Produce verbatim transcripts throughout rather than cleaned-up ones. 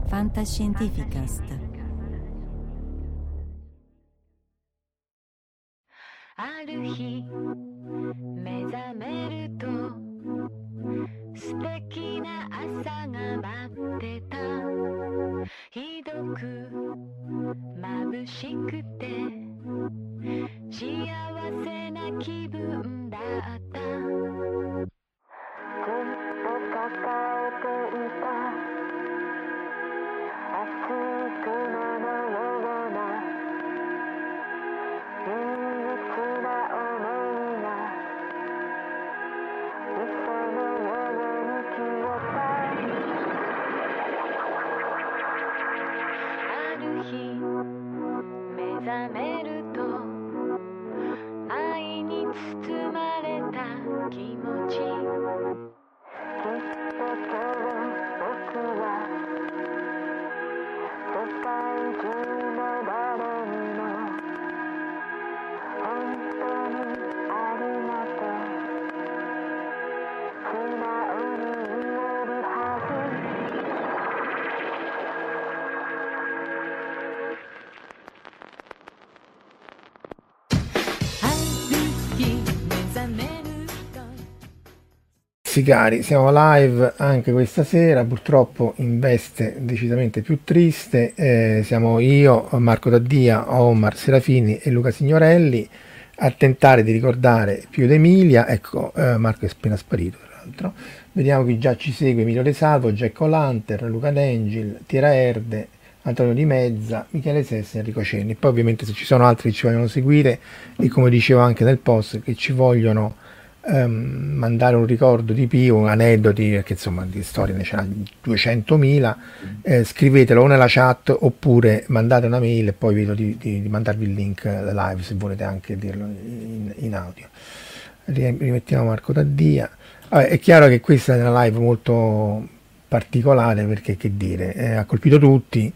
Fantascientificast. Cari, siamo live anche questa sera, purtroppo in veste decisamente più triste. Eh, siamo io, Marco Daddia, Omar Serafini e Luca Signorelli a tentare di ricordare Pio d'Emilia. Ecco, eh, Marco è appena sparito tra l'altro. Vediamo chi già ci segue: Emilio De Salvo, Jack O'Lantern, Luca D'Angel, Tiera Erde, Antonio Di Mezza, Michele Sessa e Enrico Cenni. Poi ovviamente se ci sono altri che ci vogliono seguire e, come dicevo anche nel post, che ci vogliono Um, mandare un ricordo di Pio, aneddoti, perché insomma di storie ne c'erano duecentomila, eh, scrivetelo o nella chat oppure mandate una mail e poi vedo di, di, di mandarvi il link live se volete anche dirlo in, in audio. Rimettiamo Marco Daddia. Vabbè, è chiaro che questa è una live molto particolare perché, che dire, eh, ha colpito tutti.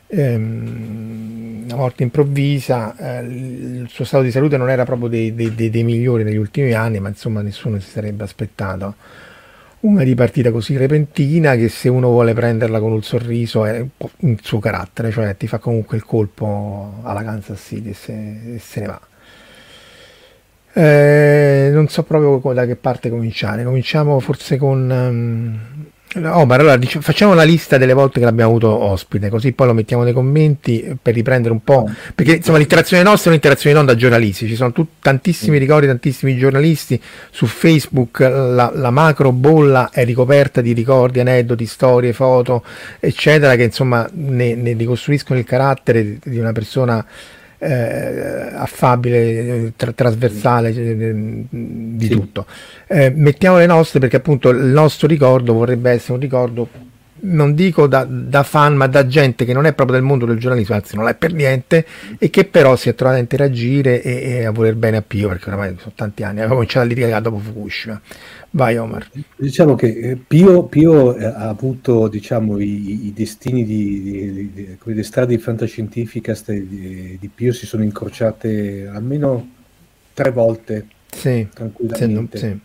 Ehm, una morte improvvisa, eh, il suo stato di salute non era proprio dei, dei, dei, dei migliori negli ultimi anni, ma insomma nessuno si sarebbe aspettato una ripartita così repentina, che se uno vuole prenderla con un sorriso è un po' il suo carattere, cioè ti fa comunque il colpo alla Kansas City e se, e se ne va. Eh, non so proprio da che parte cominciare. Cominciamo forse con um, Omar. Allora dic- facciamo la lista delle volte che l'abbiamo avuto ospite, così poi lo mettiamo nei commenti per riprendere un po', perché insomma l'interazione nostra è un'interazione non da giornalisti, ci sono tut- tantissimi ricordi, tantissimi giornalisti su Facebook. La, la macro bolla è ricoperta di ricordi, aneddoti, storie, foto eccetera, che insomma ne, ne ricostruiscono il carattere di una persona Eh, affabile, tra- trasversale, eh, di Sì. tutto. Eh, mettiamo le nostre, perché appunto il nostro ricordo vorrebbe essere un ricordo, non dico da, da fan, ma da gente che non è proprio del mondo del giornalismo, anzi non è per niente, e che però si è trovata a interagire e, e a voler bene a Pio, perché oramai sono tanti anni, aveva cominciato a litigare dopo Fukushima. Vai Omar. Diciamo che eh, Pio, Pio eh, ha avuto, diciamo, i, i destini di, di, di, di le strade fantascientificast di, di Pio si sono incrociate almeno tre volte, Sì, tranquillamente. sì, sì.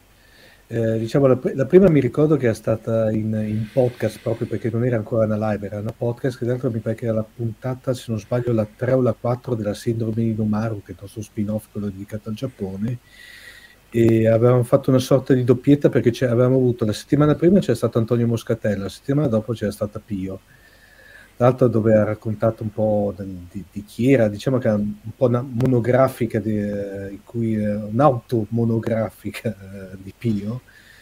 Eh, diciamo, la, la prima mi ricordo che era stata in, in podcast, proprio perché non era ancora una live, era una podcast, che d'altro mi pare che era la puntata, se non sbaglio, la tre o la quattro della Sindrome di Nomaru, che è il nostro spin-off, quello dedicato al Giappone, e avevamo fatto una sorta di doppietta, perché c'è- avevamo avuto la settimana prima c'era stato Antonio Moscatello, la settimana dopo c'era stata Pio, tra l'altro dove ha raccontato un po' del- di, di chi era, diciamo che era un po' una monografica di, eh, in cui eh, un'automonografica eh, di Pio,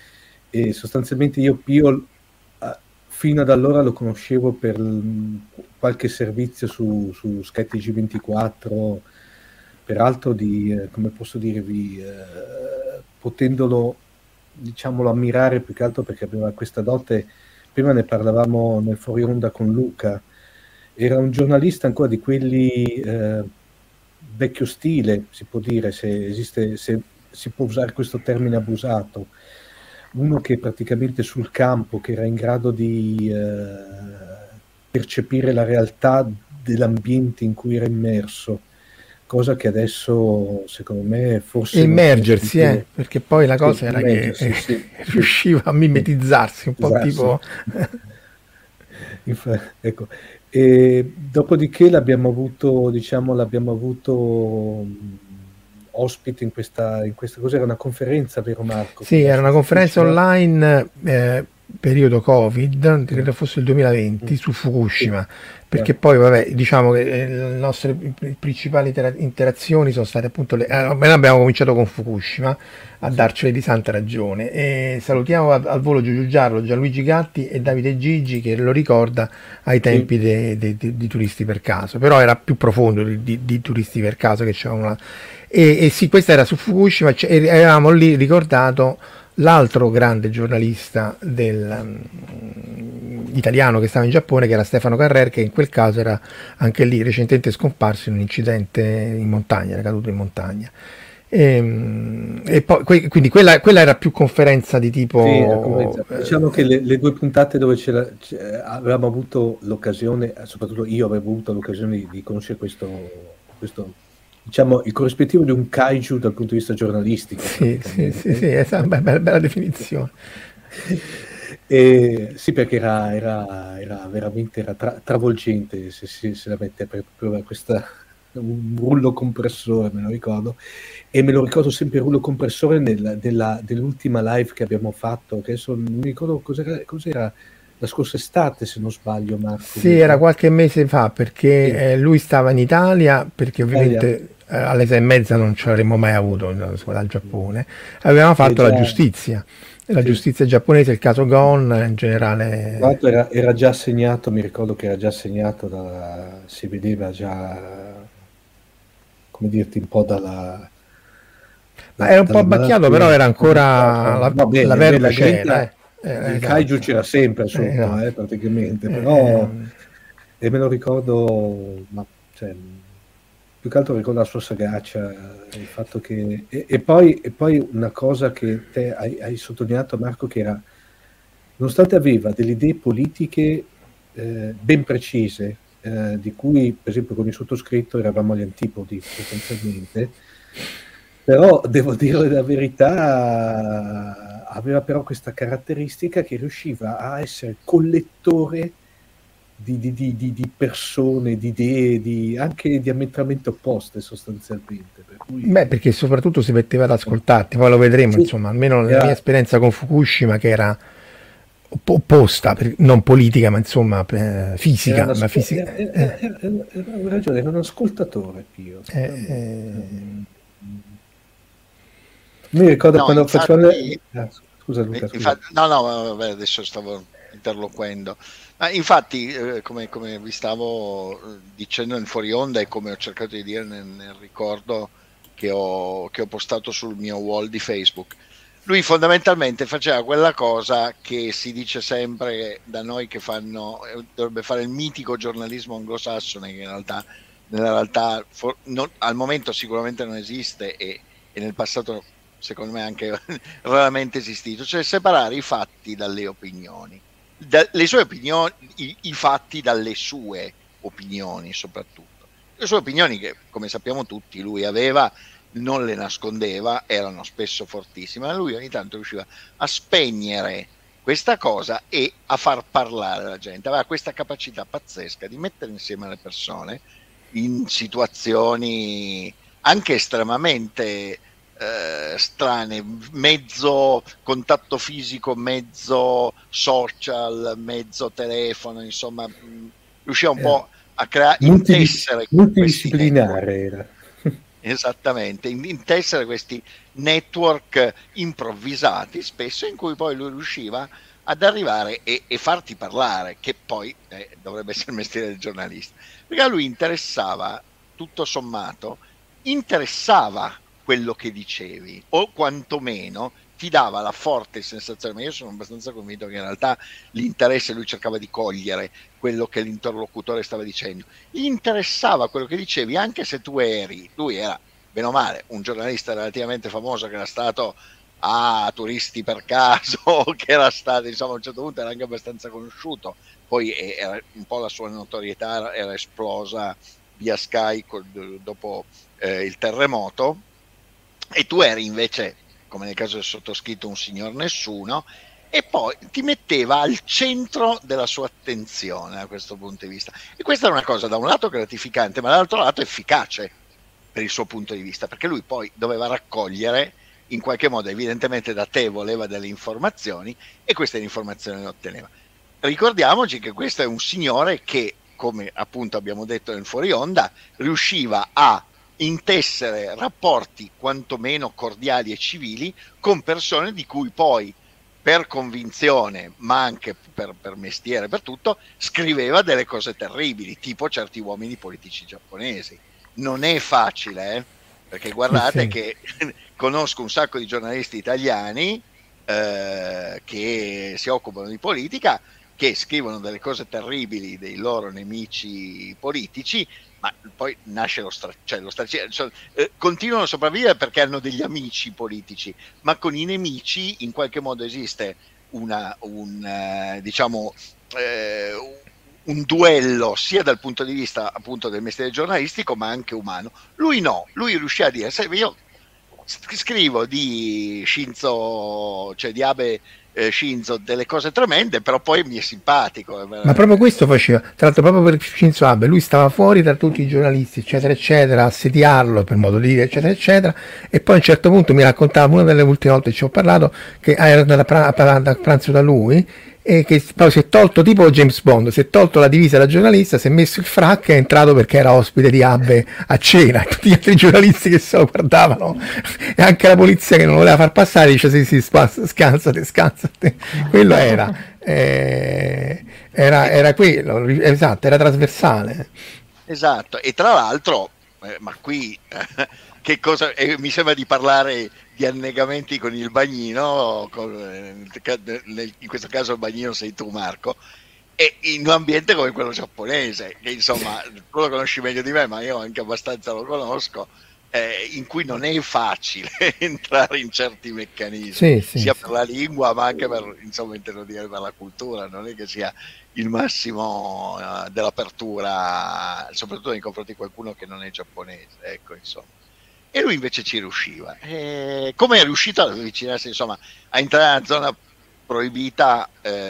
e sostanzialmente io Pio eh, fino ad allora lo conoscevo per mm, qualche servizio su, su Sky T G ventiquattro, peraltro di, eh, come posso dirvi, eh, potendolo, diciamolo, ammirare più che altro perché aveva questa dote. Prima ne parlavamo nel fuori onda con Luca, era un giornalista ancora di quelli eh, vecchio stile, si può dire, se esiste, se si può usare questo termine abusato, uno che praticamente sul campo, che era in grado di eh, percepire la realtà dell'ambiente in cui era immerso, cosa che adesso secondo me forse non ce ne sono Immergersi, più. eh, perché poi la cosa Sì, era che immergersi, eh, sì, sì. riusciva a mimetizzarsi un po' Esatto, tipo sì. Infa- ecco. E dopodiché l'abbiamo avuto, diciamo, l'abbiamo avuto mh, ospite in questa, in questa cosa, era una conferenza, vero Marco? Sì, Quella era su una conferenza Fukushima? online, eh, periodo Covid, Mm, credo fosse il mm, duemilaventi, su sì, Fukushima, eh, perché poi, vabbè, diciamo che eh, le nostre pri- principali intera- interazioni sono state appunto le... eh, noi abbiamo cominciato con Fukushima a sì, darcene di santa ragione e sì, salutiamo al, al volo Giulio Giarlo, Gianluigi Gatti e Davide Gigi che lo ricorda ai sì, tempi dei dei- dei- di Turisti per Caso, però era più profondo di, di- di Turisti per Caso che c'era una... E, e sì, questa era su Fukushima, c- e avevamo lì ricordato l'altro grande giornalista del, um, italiano che stava in Giappone, che era Stefano Carrer, che in quel caso era anche lì recentemente scomparso in un incidente in montagna, era caduto in montagna. E, e poi, que- quindi quella, quella era più conferenza di sì, la tipo... conferenza. Diciamo che eh, le, le due puntate dove c'era- c'è- avevamo avuto l'occasione, eh, soprattutto io avevo avuto l'occasione di, di conoscere questo, questo, diciamo, il corrispettivo di un kaiju dal punto di vista giornalistico, sì, sì, sì, sì, praticamente. esa- beh, bella, bella definizione. E, sì, perché era, era- era veramente era tra- travolgente se, se, se la mette proprio questa, un rullo compressore, me lo ricordo. E me lo ricordo sempre il rullo compressore nella- della- dell'ultima live che abbiamo fatto, che adesso non mi ricordo cos'era, cos'era la scorsa estate, se non sbaglio, Marco, Sì, era vero? qualche mese fa perché Sì, eh, lui stava in Italia, perché Italia, ovviamente eh, alle sei e mezza non ci avremmo mai avuto una squadra al Giappone. Avevamo e fatto la già, giustizia, la sì. giustizia giapponese, il caso Gon in Tra generale. l'altro era, era già segnato, mi ricordo che era già segnato, da, si vedeva già, come dirti, un po' dalla, Ma da- era un po' dalla abbacchiato, però malattia. era Abbacchiato. ancora la, Va la bene, beh, verve la c'era, grinta, eh. Eh, il kaiju esatto. c'era sempre Eh, sotto, esatto. eh, praticamente, Eh, però, ehm, e me lo ricordo, ma, cioè, più che altro ricordo la sua sagacia, il fatto che... E, e poi, e poi una cosa che te hai, hai sottolineato, Marco, che era, nonostante aveva delle idee politiche eh, ben precise, eh, di cui, per esempio, con il sottoscritto eravamo agli antipodi, sostanzialmente, però devo dire la verità, aveva però questa caratteristica che riusciva a essere collettore di, di- di- di- di persone, di idee, di, anche diametralmente opposte sostanzialmente. Per Beh, cui perché soprattutto si metteva ad eh, ascoltarti, poi lo vedremo, sì, insomma, almeno nella mia era, esperienza con Fukushima, che era op- opposta, per- non politica, ma insomma eh, era, un fisica, ma asco- fisica. era, era- eh, era- era- era- hai ragione, era un ascoltatore, Pio, eh, assolutamente. eh, Um, mi ricordo No, quando facevano infatti, le... ah, scusa Luca, scusa. infatti no, no, vabbè, adesso stavo interloquendo. Ma infatti, eh, come, come vi stavo eh, dicendo in fuori onda e come ho cercato di dire nel, nel ricordo che ho, che ho postato sul mio wall di Facebook, lui fondamentalmente faceva quella cosa che si dice sempre da noi che fanno, eh, dovrebbe fare il mitico giornalismo anglosassone, che in realtà, nella realtà for- non- al momento sicuramente non esiste e, e nel passato secondo me anche raramente esistito, cioè separare i fatti dalle opinioni, da, le sue opinioni, i, i fatti dalle sue opinioni soprattutto. Le sue opinioni che, come sappiamo tutti, lui aveva, non le nascondeva, erano spesso fortissime, ma lui ogni tanto riusciva a spegnere questa cosa e a far parlare la gente. Aveva questa capacità pazzesca di mettere insieme le persone in situazioni anche estremamente eh, strane, mezzo contatto fisico, mezzo social, mezzo telefono, insomma, mh, riusciva un Era po' a creare, multidis- intessere questi network. multidisciplinare era. Esattamente, in- intessere questi network improvvisati spesso in cui poi lui riusciva ad arrivare e, e farti parlare, che poi eh, dovrebbe essere il mestiere del giornalista, perché a lui interessava, tutto sommato, interessava quello che dicevi o quantomeno ti dava la forte sensazione, ma io sono abbastanza convinto che in realtà l'interesse lui cercava di cogliere quello che l'interlocutore stava dicendo, gli interessava quello che dicevi anche se tu eri, lui era bene o male un giornalista relativamente famoso che era stato a Turisti per Caso, che era stato insomma a un certo punto era anche abbastanza conosciuto, poi era, un po' la sua notorietà era, era esplosa via Sky col, dopo eh, il terremoto, e tu eri invece, come nel caso del sottoscritto, un signor nessuno e poi ti metteva al centro della sua attenzione da questo punto di vista. E questa è una cosa da un lato gratificante, ma dall'altro lato efficace per il suo punto di vista, perché lui poi doveva raccogliere in qualche modo, evidentemente da te voleva delle informazioni e queste informazioni le otteneva. Ricordiamoci che questo è un signore che, come appunto abbiamo detto nel fuori onda, riusciva a intessere rapporti quantomeno cordiali e civili con persone di cui poi per convinzione, ma anche per, per mestiere, per tutto, scriveva delle cose terribili, tipo certi uomini politici giapponesi. Non è facile, eh? Perché guardate sì, sì. che conosco un sacco di giornalisti italiani eh, che si occupano di politica, che scrivono delle cose terribili dei loro nemici politici, ma poi nasce lo stra- cioè lo stra- cioè, eh, continuano a sopravvivere perché hanno degli amici politici, ma con i nemici in qualche modo esiste una, un, eh, diciamo, eh, un duello sia dal punto di vista appunto del mestiere giornalistico ma anche umano. Lui no, lui riuscì a dire, sai, io scrivo di Shinzo, cioè di Abe eh, Shinzo delle cose tremende, però poi mi è simpatico. Ma proprio questo faceva, tra l'altro proprio per Shinzo Abe, lui stava fuori tra tutti i giornalisti eccetera eccetera, a assediarlo per modo di dire eccetera eccetera, e poi a un certo punto mi raccontava, una delle ultime volte che ci ho parlato, che era andato a pranzo da lui e che poi si è tolto, tipo James Bond, si è tolto la divisa da giornalista, si è messo il frac e è entrato perché era ospite di Abe a cena, e tutti gli altri giornalisti che se lo guardavano e anche la polizia che non lo voleva far passare dice sì sì scansate scansate, quello era eh, era, era quello, esatto, era trasversale, esatto. E tra l'altro eh, ma qui eh, che cosa eh, mi sembra di parlare di annegamenti con il bagnino, con, nel, in questo caso il bagnino sei tu Marco, e in un ambiente come quello giapponese, che insomma tu lo conosci meglio di me, ma io anche abbastanza lo conosco, eh, in cui non è facile entrare in certi meccanismi, sì, sì, sia sì. per la lingua ma anche per, insomma, intendo dire, per la cultura, non è che sia il massimo uh, dell'apertura, soprattutto nei confronti di qualcuno che non è giapponese, ecco, insomma. E lui invece ci riusciva. E come è riuscito ad avvicinarsi, insomma, a entrare nella zona proibita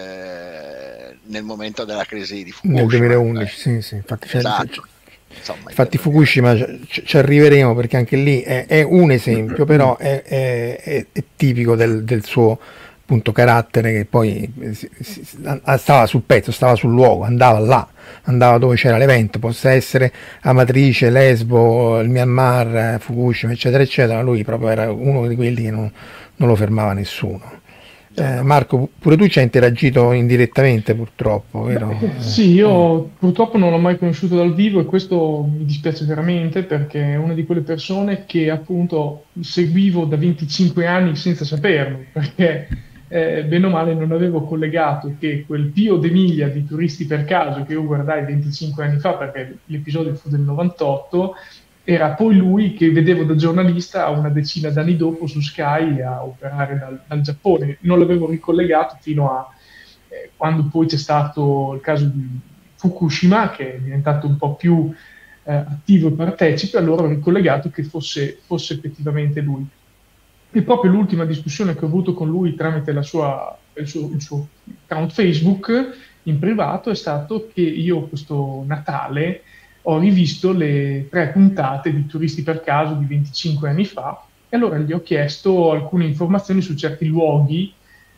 eh, nel momento della crisi di Fukushima? Nel duemilaundici, eh. sì, sì, infatti, esatto. c'è, c'è, insomma, infatti Fukushima ci, ci arriveremo, perché anche lì è, è un esempio, però è, è, è, è tipico del, del suo appunto carattere, che poi si, si, stava sul pezzo, stava sul luogo, andava là, andava dove c'era l'evento, possa essere Amatrice, Lesbo, il Myanmar, Fukushima eccetera eccetera, lui proprio era uno di quelli che non, non lo fermava nessuno. Eh, Marco, pure tu ci hai interagito indirettamente purtroppo, vero? Beh, sì, io purtroppo non l'ho mai conosciuto dal vivo e questo mi dispiace veramente, perché è una di quelle persone che appunto seguivo da venticinque anni senza saperlo, perché eh, bene o male non avevo collegato che quel Pio De Miglia di Turisti per Caso, che io guardai venticinque anni fa perché l'episodio fu del novantotto, era poi lui che vedevo da giornalista una decina d'anni dopo su Sky a operare dal, dal Giappone. Non l'avevo ricollegato fino a eh, quando poi c'è stato il caso di Fukushima, che è diventato un po' più eh, attivo e partecipe, allora ho ricollegato che fosse, fosse effettivamente lui. E proprio l'ultima discussione che ho avuto con lui tramite la sua, il, suo, il suo account Facebook in privato è stato che io questo Natale ho rivisto le tre puntate di Turisti per Caso di venticinque anni fa e allora gli ho chiesto alcune informazioni su certi luoghi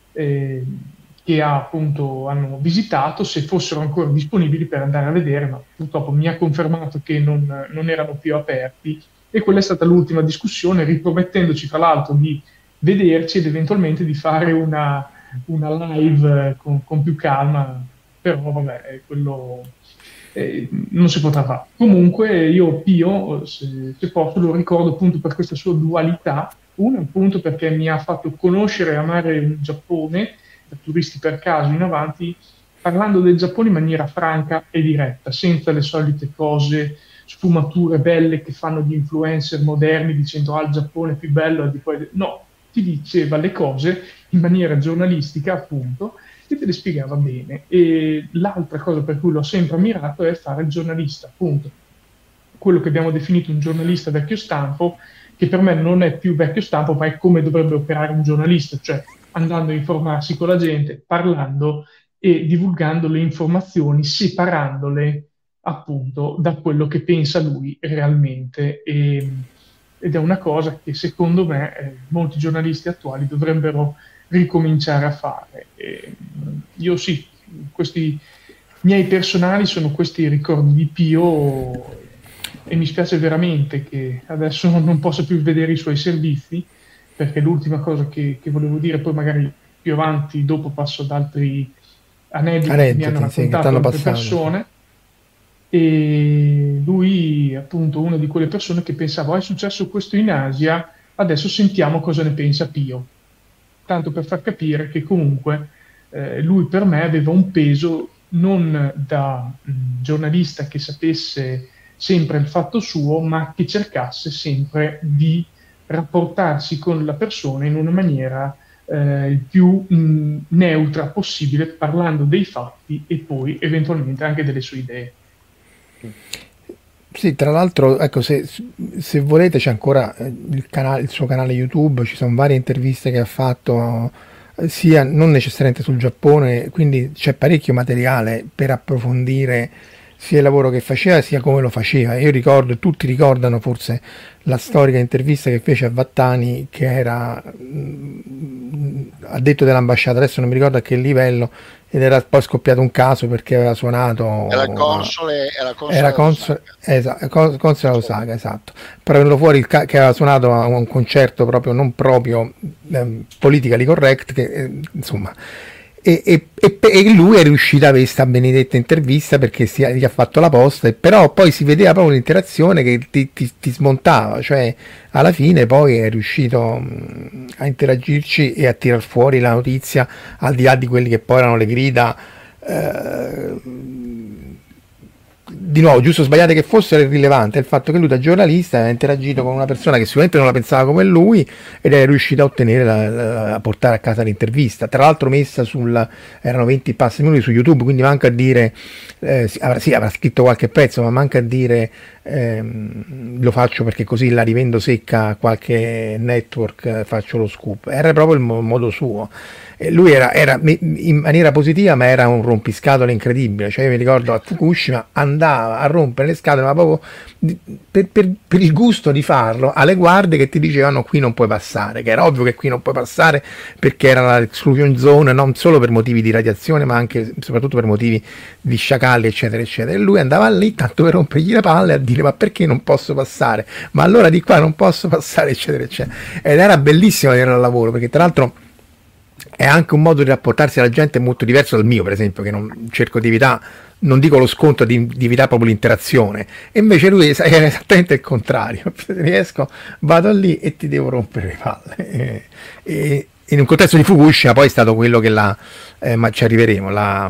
eh, che ha, appunto hanno visitato, se fossero ancora disponibili per andare a vedere, ma purtroppo mi ha confermato che non, non erano più aperti. E quella è stata l'ultima discussione, ripromettendoci tra l'altro di vederci ed eventualmente di fare una, una live con, con più calma, però vabbè, quello eh, non si potrà fare. Comunque io Pio, se, se posso, lo ricordo appunto per questa sua dualità, uno appunto perché mi ha fatto conoscere e amare il Giappone, da Turisti per Caso in avanti, parlando del Giappone in maniera franca e diretta, senza le solite cose, sfumature belle che fanno gli influencer moderni dicendo ah il Giappone è più bello, di poi no, ti diceva le cose in maniera giornalistica appunto e te le spiegava bene. E l'altra cosa per cui l'ho sempre ammirato è fare il giornalista, appunto quello che abbiamo definito un giornalista vecchio stampo, che per me non è più vecchio stampo ma è come dovrebbe operare un giornalista, cioè andando a informarsi con la gente, parlando e divulgando le informazioni, separandole appunto da quello che pensa lui realmente. E, ed è una cosa che secondo me eh, molti giornalisti attuali dovrebbero ricominciare a fare. E, io sì, questi miei personali sono questi ricordi di Pio, e mi spiace veramente che adesso non possa più vedere i suoi servizi, perché l'ultima cosa che, che volevo dire, poi magari più avanti, dopo passo ad altri aneddoti, aneddoti che mi hanno sì, raccontato altre passato, persone, e lui appunto una di quelle persone che pensava: oh, è successo questo in Asia, adesso sentiamo cosa ne pensa Pio, tanto per far capire che comunque eh, lui per me aveva un peso non da mh, giornalista che sapesse sempre il fatto suo, ma che cercasse sempre di rapportarsi con la persona in una maniera eh, il più mh, neutra possibile, parlando dei fatti e poi eventualmente anche delle sue idee. Sì, tra l'altro, ecco, se, se volete c'è ancora il, canale, il suo canale YouTube, ci sono varie interviste che ha fatto, sia non necessariamente sul Giappone, quindi c'è parecchio materiale per approfondire sia il lavoro che faceva sia come lo faceva. Io ricordo, tutti ricordano forse la storica intervista che fece a Vattani, che era mh, addetto dell'ambasciata, adesso non mi ricordo a che livello, ed era poi scoppiato un caso perché aveva suonato, era console, era console, era console, esatto, console a Osaka, esatto, però è venuto fuori il ca- che aveva suonato a un concerto proprio non proprio eh, politically correct, che eh, insomma, e, e, e, e lui è riuscito a avere questa benedetta intervista perché si, gli ha fatto la posta, e però poi si vedeva proprio l'interazione che ti, ti, ti smontava, cioè alla fine poi è riuscito mh, a interagirci e a tirar fuori la notizia, al di là di quelli che poi erano le grida eh, di nuovo, giusto o sbagliate che fossero, irrilevante il fatto che lui da giornalista aveva interagito con una persona che sicuramente non la pensava come lui ed è riuscito a ottenere la, la, a portare a casa l'intervista, tra l'altro messa sul, erano venti passi minuti su YouTube, quindi manca a dire eh, sì, avrà, sì, avrà scritto qualche pezzo, ma manca a dire ehm, lo faccio perché così la rivendo secca a qualche network, eh, faccio lo scoop. Era proprio il mo- modo suo. E lui era, era in maniera positiva, ma era un rompiscatole incredibile. Cioè io mi ricordo a Fukushima andava a rompere le scatole, ma proprio per, per, per il gusto di farlo, alle guardie che ti dicevano qui non puoi passare, che era ovvio che qui non puoi passare perché era l'exclusion zone, non solo per motivi di radiazione ma anche soprattutto per motivi di sciacalli eccetera eccetera, e lui andava lì tanto per rompergli le palle a dire ma perché non posso passare, ma allora di qua non posso passare eccetera eccetera, ed era bellissimo vedere il lavoro, perché tra l'altro è anche un modo di rapportarsi alla gente molto diverso dal mio, per esempio, che non cerco di evitare, non dico lo scontro, di, di evitare proprio l'interazione, e invece lui è esattamente il contrario. Riesco, vado lì e ti devo rompere le palle. E, e in un contesto di Fukushima poi è stato quello che l'ha, eh, ma ci arriveremo, l'ha,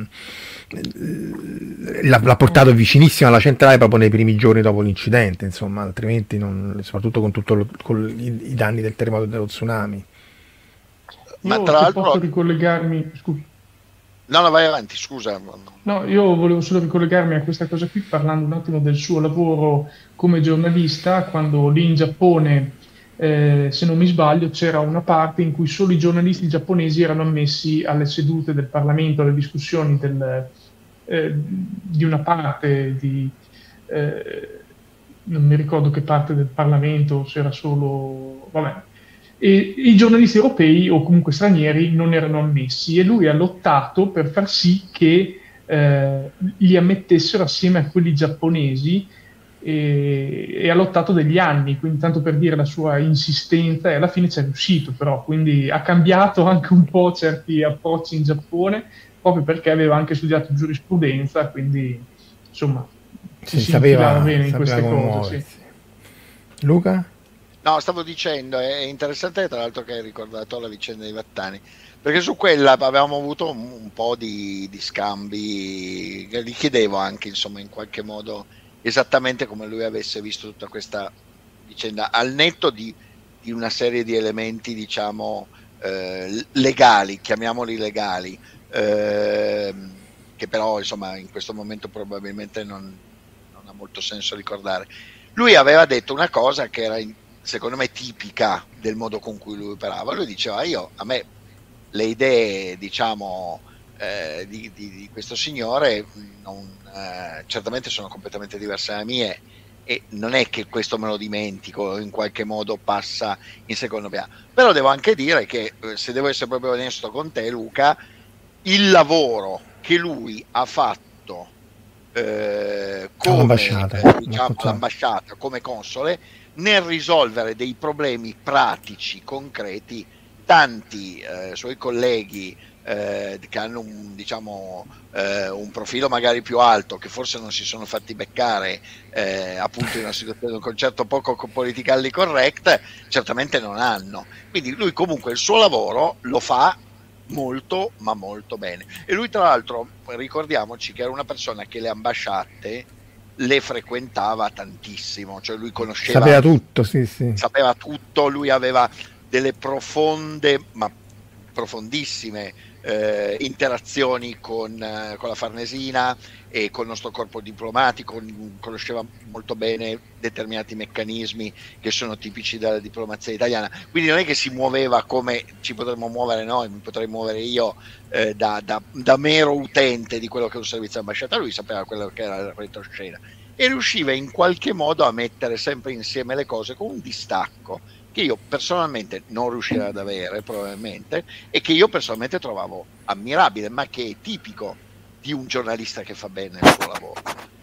l'ha, l'ha portato vicinissimo alla centrale proprio nei primi giorni dopo l'incidente, insomma, altrimenti non, soprattutto con, tutto lo, con i, i danni del terremoto e dello tsunami. Ma io, tra l'altro, posso ricollegarmi, scusa. No, no, vai avanti, scusa. No, io volevo solo ricollegarmi a questa cosa qui, parlando un attimo del suo lavoro come giornalista, quando lì in Giappone, eh, se non mi sbaglio, c'era una parte in cui solo i giornalisti giapponesi erano ammessi alle sedute del Parlamento, alle discussioni del, eh, di una parte di... Eh, non mi ricordo che parte del Parlamento, se era solo... vabbè. E i giornalisti europei o comunque stranieri non erano ammessi, e lui ha lottato per far sì che eh, li ammettessero assieme a quelli giapponesi, e, e ha lottato degli anni, quindi tanto per dire la sua insistenza, e alla fine ci è riuscito, però quindi ha cambiato anche un po' certi approcci in Giappone proprio perché aveva anche studiato giurisprudenza, quindi insomma si, si sapeva bene in queste cose. Sì. Luca? No, stavo dicendo, è interessante tra l'altro che hai ricordato la vicenda di Vattani, perché su quella avevamo avuto un, un po' di, di scambi, gli chiedevo anche insomma in qualche modo esattamente come lui avesse visto tutta questa vicenda, al netto di, di una serie di elementi diciamo eh, legali, chiamiamoli legali, eh, che però insomma in questo momento probabilmente non, non ha molto senso ricordare. Lui aveva detto una cosa che era in, secondo me tipica del modo con cui lui operava. Lui diceva: io, a me le idee, diciamo, eh, di, di, di questo signore non, eh, certamente sono completamente diverse dalle mie, e non è che questo me lo dimentico, in qualche modo passa in secondo piano. Però devo anche dire che, eh, se devo essere proprio onesto con te, Luca, il lavoro che lui ha fatto eh, come all'ambasciata, eh, diciamo, all'ambasciata, come console, nel risolvere dei problemi pratici, concreti, tanti eh, suoi colleghi eh, che hanno un, diciamo, eh, un profilo magari più alto, che forse non si sono fatti beccare eh, appunto in una situazione di un concerto poco politically correct, certamente non hanno. Quindi lui comunque il suo lavoro lo fa molto ma molto bene, e lui tra l'altro, ricordiamoci che era una persona che le ambasciate le frequentava tantissimo, cioè lui conosceva, sapeva tutto, sì, sì. sapeva tutto, lui aveva delle profonde ma profondissime eh, interazioni con, eh, con la Farnesina e con il nostro corpo diplomatico, conosceva molto bene determinati meccanismi che sono tipici della diplomazia italiana, quindi non è che si muoveva come ci potremmo muovere noi, mi potrei muovere io eh, da, da, da mero utente di quello che è un servizio ambasciata. Lui sapeva quello che era la retroscena e riusciva in qualche modo a mettere sempre insieme le cose con un distacco che io personalmente non riuscirei ad avere probabilmente, e che io personalmente trovavo ammirabile, ma che è tipico di un giornalista che fa bene il suo lavoro.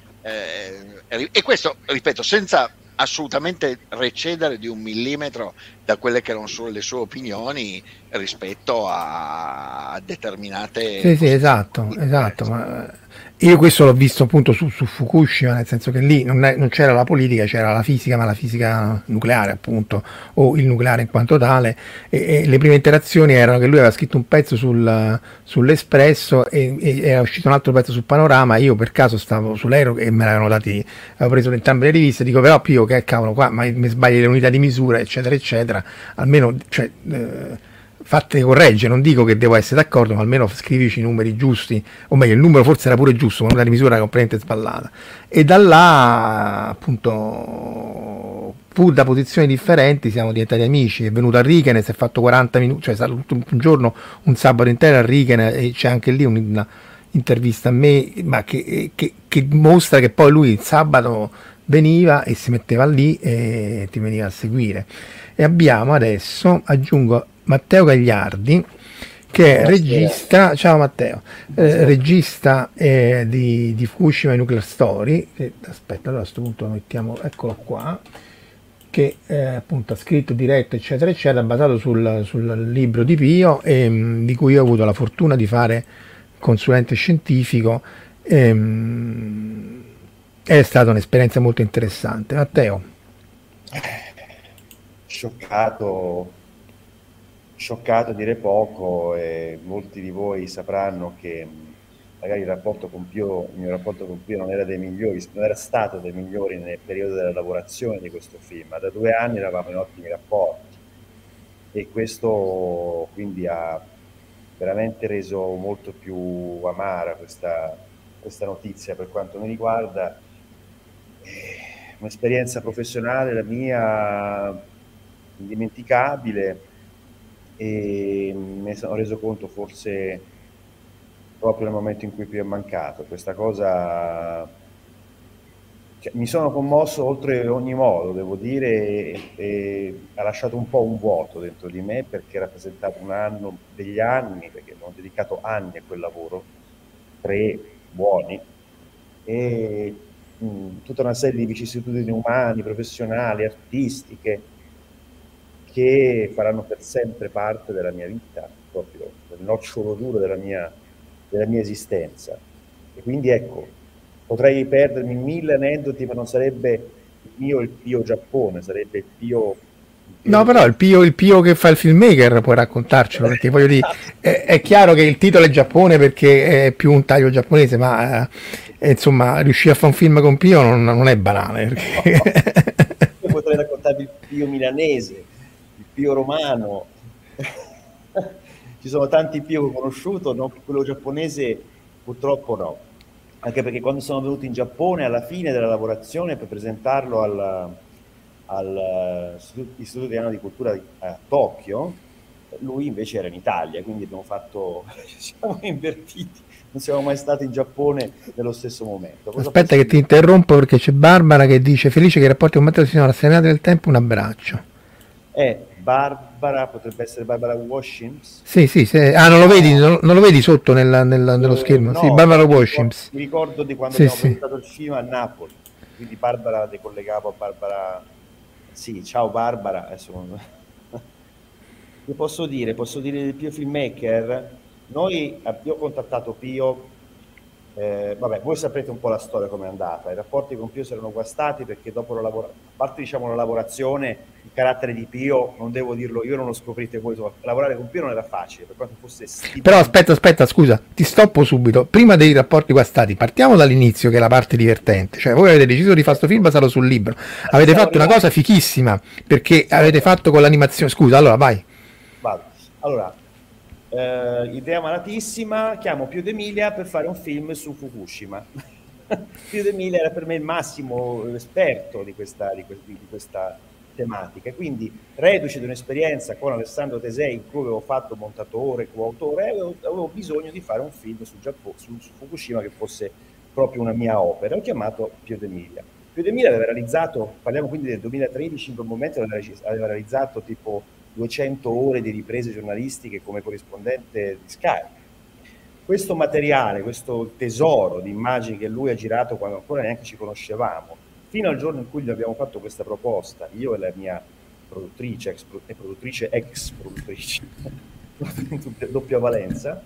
Eh, e questo, ripeto, senza assolutamente recedere di un millimetro da quelle che erano solo le sue opinioni rispetto a, a determinate... Sì, sì, esatto, esatto, ma io questo l'ho visto appunto su, su Fukushima, nel senso che lì non, è, non c'era la politica, c'era la fisica, ma la fisica nucleare appunto, o il nucleare in quanto tale, e, e le prime interazioni erano che lui aveva scritto un pezzo sul, sull'Espresso e, e era uscito un altro pezzo sul Panorama. Io per caso stavo sull'aereo e me l'avevano dati, avevo preso entrambe le riviste, dico però Pio, che cavolo qua, ma mi sbagli le unità di misura eccetera eccetera, almeno cioè, eh, fatte correggere, non dico che devo essere d'accordo, ma almeno scrivici i numeri giusti, o meglio il numero forse era pure giusto, ma l'unità di misura era completamente sballata, e da là appunto pur da posizioni differenti siamo diventati amici. È venuto a Riken, si è fatto quaranta minuti, cioè un giorno, un sabato intero a Riken, e c'è anche lì una intervista a me, ma che, che, che mostra che poi lui il sabato veniva e si metteva lì e ti veniva a seguire. E abbiamo adesso, aggiungo, Matteo Gagliardi, che è regista, ciao Matteo, eh, regista eh, di, di Fukushima e Nuclear Story, che, aspetta, allora a questo punto lo mettiamo, eccolo qua, che eh, appunto ha scritto, diretto eccetera eccetera, basato sul, sul libro di Pio, e, mh, di cui io ho avuto la fortuna di fare consulente scientifico, e, mh, è stata un'esperienza molto interessante. Matteo? Scioccato, scioccato a dire poco, e molti di voi sapranno che magari il rapporto con Pio, il mio rapporto con Pio non era dei migliori, non era stato dei migliori nel periodo della lavorazione di questo film, ma da due anni eravamo in ottimi rapporti, e questo quindi ha veramente reso molto più amara questa, questa notizia per quanto mi riguarda. Un'esperienza professionale, la mia, indimenticabile, e mi sono reso conto forse proprio nel momento in cui Pio è mancato. Questa cosa, cioè, mi sono commosso oltre ogni modo, devo dire, e, e ha lasciato un po' un vuoto dentro di me, perché ha rappresentato un anno degli anni, perché ho dedicato anni a quel lavoro, tre buoni, e mh, tutta una serie di vicissitudini umane, professionali, artistiche, che faranno per sempre parte della mia vita, proprio del nocciolo duro della mia, della mia esistenza. E quindi ecco, potrei perdermi in mille aneddoti, ma non sarebbe il mio il Pio Giappone, sarebbe il Pio... Il Pio no, però il Pio, il Pio che fa il filmmaker puoi raccontarcelo, perché voglio dire, è, è chiaro che il titolo è Giappone perché è più un taglio giapponese, ma eh, insomma riuscire a fare un film con Pio non, non è banale. Perché... Io potrei raccontarvi il Pio milanese, il Pio romano, ci sono tanti Pio che ho conosciuto, no? Quello giapponese purtroppo no, anche perché quando sono venuto in Giappone alla fine della lavorazione per presentarlo al, al Istituto Italiano di Cultura a Tokyo, lui invece era in Italia, quindi abbiamo fatto, ci siamo invertiti, non siamo mai stati in Giappone nello stesso momento. Cosa Aspetta che ti interrompo perché c'è Barbara che dice: felice che i rapporti con Matteo siano rasserenati nel tempo, un abbraccio. Eh, Barbara, potrebbe essere Barbara Washims? Sì, sì, se... ah, non lo vedi, non, non lo vedi sotto nella, nella, nello schermo? Eh, no, sì, Barbara mi Washims. ricordo, mi ricordo di quando sì, abbiamo sì. presentato il film a Napoli, quindi Barbara decollegavo a Barbara. Sì, ciao Barbara. Adesso non... Che posso dire? Posso dire di Pio Filmmaker? Noi, io ho contattato Pio, eh, vabbè, voi saprete un po' la storia come è andata. I rapporti con Pio si erano guastati perché dopo la lavorazione, a parte diciamo la lavorazione, il carattere di Pio, non devo dirlo io, non lo scoprite voi, insomma, lavorare con Pio non era facile, per quanto fosse stipendo. Però aspetta, aspetta, scusa, ti stoppo subito. Prima dei rapporti guastati, partiamo dall'inizio che è la parte divertente. Cioè, voi avete deciso di fare sto film basato sul libro. Avete fatto una cosa fichissima, perché avete fatto con l'animazione. Scusa, allora vai. Vado. Allora, eh, idea malatissima, chiamo Pio D'Emilia per fare un film su Fukushima. Pio D'Emilia era per me il massimo esperto di questa, di, di questa tematica, quindi reduce di un'esperienza con Alessandro Tesei in cui avevo fatto montatore, coautore, avevo, avevo bisogno di fare un film su, Giappone, su, su Fukushima che fosse proprio una mia opera. Ho chiamato Pio D'Emilia. Pio D'Emilia aveva realizzato, parliamo quindi del duemilatredici, in quel momento aveva realizzato tipo duecento ore di riprese giornalistiche come corrispondente di Sky. Questo materiale, questo tesoro di immagini che lui ha girato quando ancora neanche ci conoscevamo, fino al giorno in cui gli abbiamo fatto questa proposta, io e la mia produttrice, ex produttrice, ex produttrice, doppia valenza,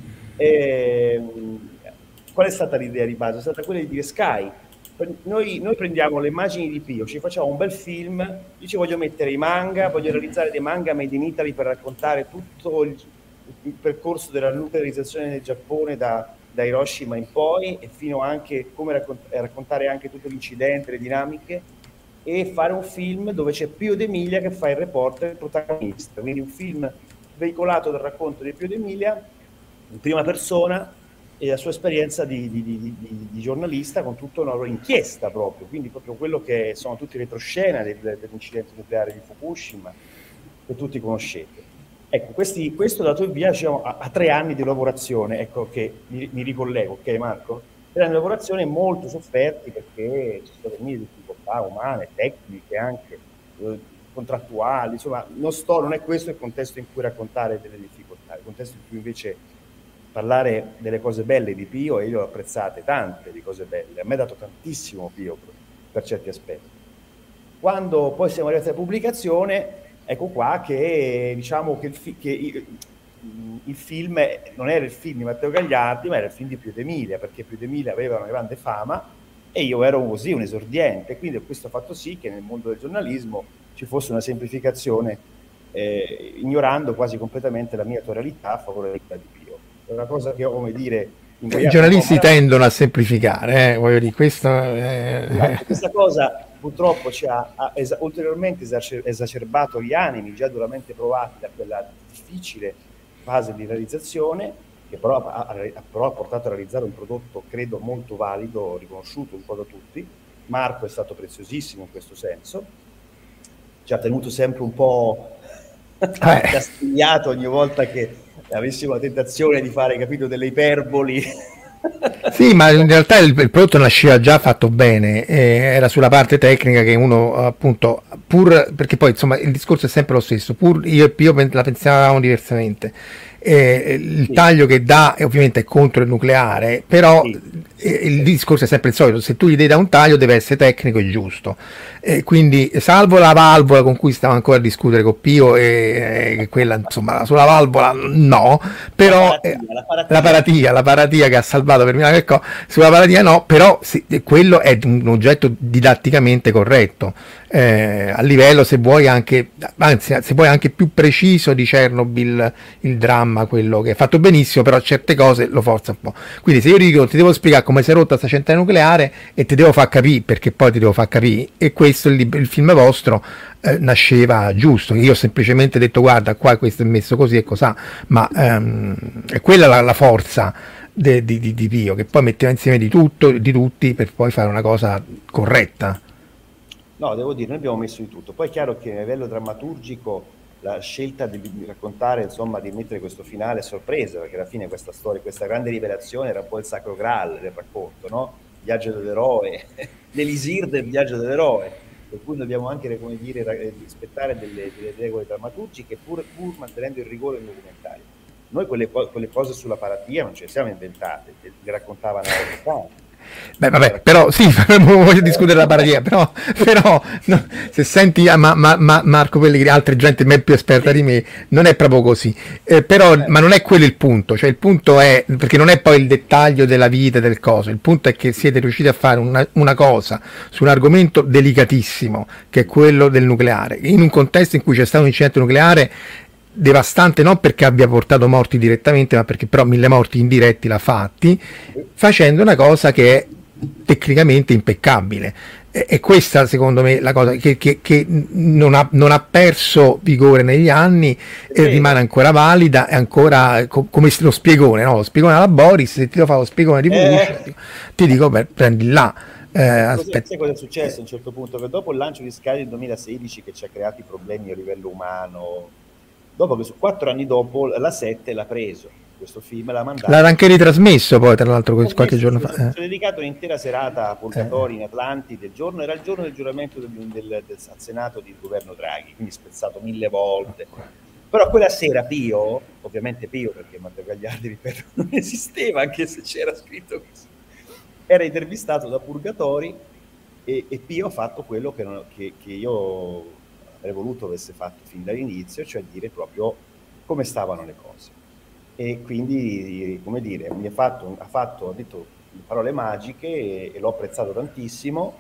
e, qual è stata l'idea di base? È stata quella di dire: Sky, Noi, noi prendiamo le immagini di Pio, ci facciamo un bel film, io ci voglio mettere i manga, voglio realizzare dei manga made in Italy per raccontare tutto il, il percorso della nuclearizzazione del Giappone da, da Hiroshima in poi, e fino anche come raccont- raccontare anche tutto l'incidente, le dinamiche, e fare un film dove c'è Pio D'Emilia che fa il reporter, il protagonista, quindi un film veicolato dal racconto di Pio D'Emilia in prima persona e la sua esperienza di, di, di, di, di giornalista con tutta una inchiesta proprio, quindi proprio quello che sono tutti i retroscena del, dell'incidente nucleare di Fukushima che tutti conoscete. Ecco, questi, questo dato il via diciamo, a, a tre anni di lavorazione, ecco che mi, mi ricollego, ok Marco? Tre anni di lavorazione molto sofferti perché ci sono mille difficoltà umane, tecniche anche, eh, contrattuali, insomma non, sto, non è questo il contesto in cui raccontare delle difficoltà, il contesto in cui invece parlare delle cose belle di Pio, e io ho apprezzate tante di cose belle, a me ha dato tantissimo Pio per certi aspetti. Quando poi siamo arrivati alla pubblicazione, ecco qua che diciamo che il, fi- che il, il film non era il film di Matteo Gagliardi, ma era il film di Pio D'Emilia, perché Pio D'Emilia aveva una grande fama e io ero così un esordiente, quindi questo ha fatto sì che nel mondo del giornalismo ci fosse una semplificazione, eh, ignorando quasi completamente la mia torialità a favore di Pio. È una cosa che ho, come dire, i giornalisti no, tendono a semplificare, eh, voglio dire, questo è... questa cosa purtroppo ci ha, ha es- ulteriormente esacer- esacerbato gli animi già duramente provati da quella difficile fase di realizzazione, che però ha, ha, però ha portato a realizzare un prodotto credo molto valido, riconosciuto un po' da tutti. Marco è stato preziosissimo in questo senso, ci ha tenuto sempre un po' castigliato ogni volta che avessimo la tentazione di fare, capito, delle iperboli. Sì, ma in realtà il, il prodotto nasceva già fatto bene, eh, era sulla parte tecnica che uno appunto, pur perché poi insomma il discorso è sempre lo stesso, pur io e Pio la pensavamo diversamente. Eh, il sì. taglio che dà ovviamente è contro il nucleare, però sì. eh, il discorso è sempre il solito: se tu gli devi da un taglio deve essere tecnico e giusto, eh, quindi salvo la valvola con cui stavo ancora a discutere con Pio, e eh, quella insomma sulla valvola no, però la paratia, eh, la, paratia. la paratia la paratia che ha salvato per me, ecco, sulla paratia no, però sì, quello è un oggetto didatticamente corretto, eh, a livello se vuoi anche, anzi se vuoi anche più preciso di Chernobyl, il dramma, quello che è fatto benissimo, però certe cose lo forza un po'. Quindi se io dico ti devo spiegare come si è rotta sta centrale nucleare e ti devo far capire, perché poi ti devo far capire, e questo il, il film vostro eh, nasceva giusto. Io ho semplicemente detto guarda qua questo è messo così e cos'ha, ma ehm, è quella la, la forza de, di, di, di Pio, che poi metteva insieme di tutto, di tutti, per poi fare una cosa corretta. No, devo dire, noi abbiamo messo di tutto. Poi è chiaro che a livello drammaturgico la scelta di, di raccontare, insomma, di mettere questo finale a sorpresa, perché alla fine questa storia, questa grande rivelazione era un po' il sacro graal del racconto, no? Il viaggio dell'eroe, l'elisir del viaggio dell'eroe, per cui dobbiamo anche, come dire, rispettare delle, delle regole drammaturgiche, pur, pur mantenendo il rigore del documentario. Noi quelle, quelle cose sulla paratia non ce le siamo inventate, le raccontavano a Beh, vabbè, però sì, non voglio discutere la paradia, però, però no, se senti ah, ma, ma, ma Marco Pellegrini, altra gente me più esperta di me, non è proprio così, eh, però, eh. ma non è quello il punto, cioè il punto è, perché non è poi il dettaglio della vita del coso, il punto è che siete riusciti a fare una, una cosa su un argomento delicatissimo, che è quello del nucleare, in un contesto in cui c'è stato un incidente nucleare devastante, non perché abbia portato morti direttamente, ma perché però mille morti indiretti l'ha fatti, facendo una cosa che è tecnicamente impeccabile. E, e questa secondo me la cosa che, che, che non, ha, non ha perso vigore negli anni e sì. rimane ancora valida, è ancora co- come lo spiegone, no? Lo spiegone alla Boris, se ti lo fa lo spiegone di Bush, eh. ti dico beh, prendi là. Eh, aspetta. Sai cosa è successo a un certo punto? Che dopo il lancio di Sky del duemilasedici, che ci ha creati problemi a livello umano, dopo che su quattro anni dopo la sette l'ha preso questo film, l'ha mandato, l'ha anche ritrasmesso poi tra l'altro qualche giorno fa, eh. si è dedicato un'intera serata a Purgatori eh. in Atlantide, il giorno era il giorno del giuramento del, del, del, del Senato di governo Draghi, quindi spezzato mille volte, però quella sera Pio, ovviamente Pio perché Matteo Gagliardi, ripeto, non esisteva anche se c'era scritto così, era intervistato da Purgatori e, e Pio ha fatto quello che, non, che, che io avrei voluto avesse fatto fin dall'inizio, cioè dire proprio come stavano le cose. E quindi, come dire, mi ha fatto, ha fatto, ha detto parole magiche e, e l'ho apprezzato tantissimo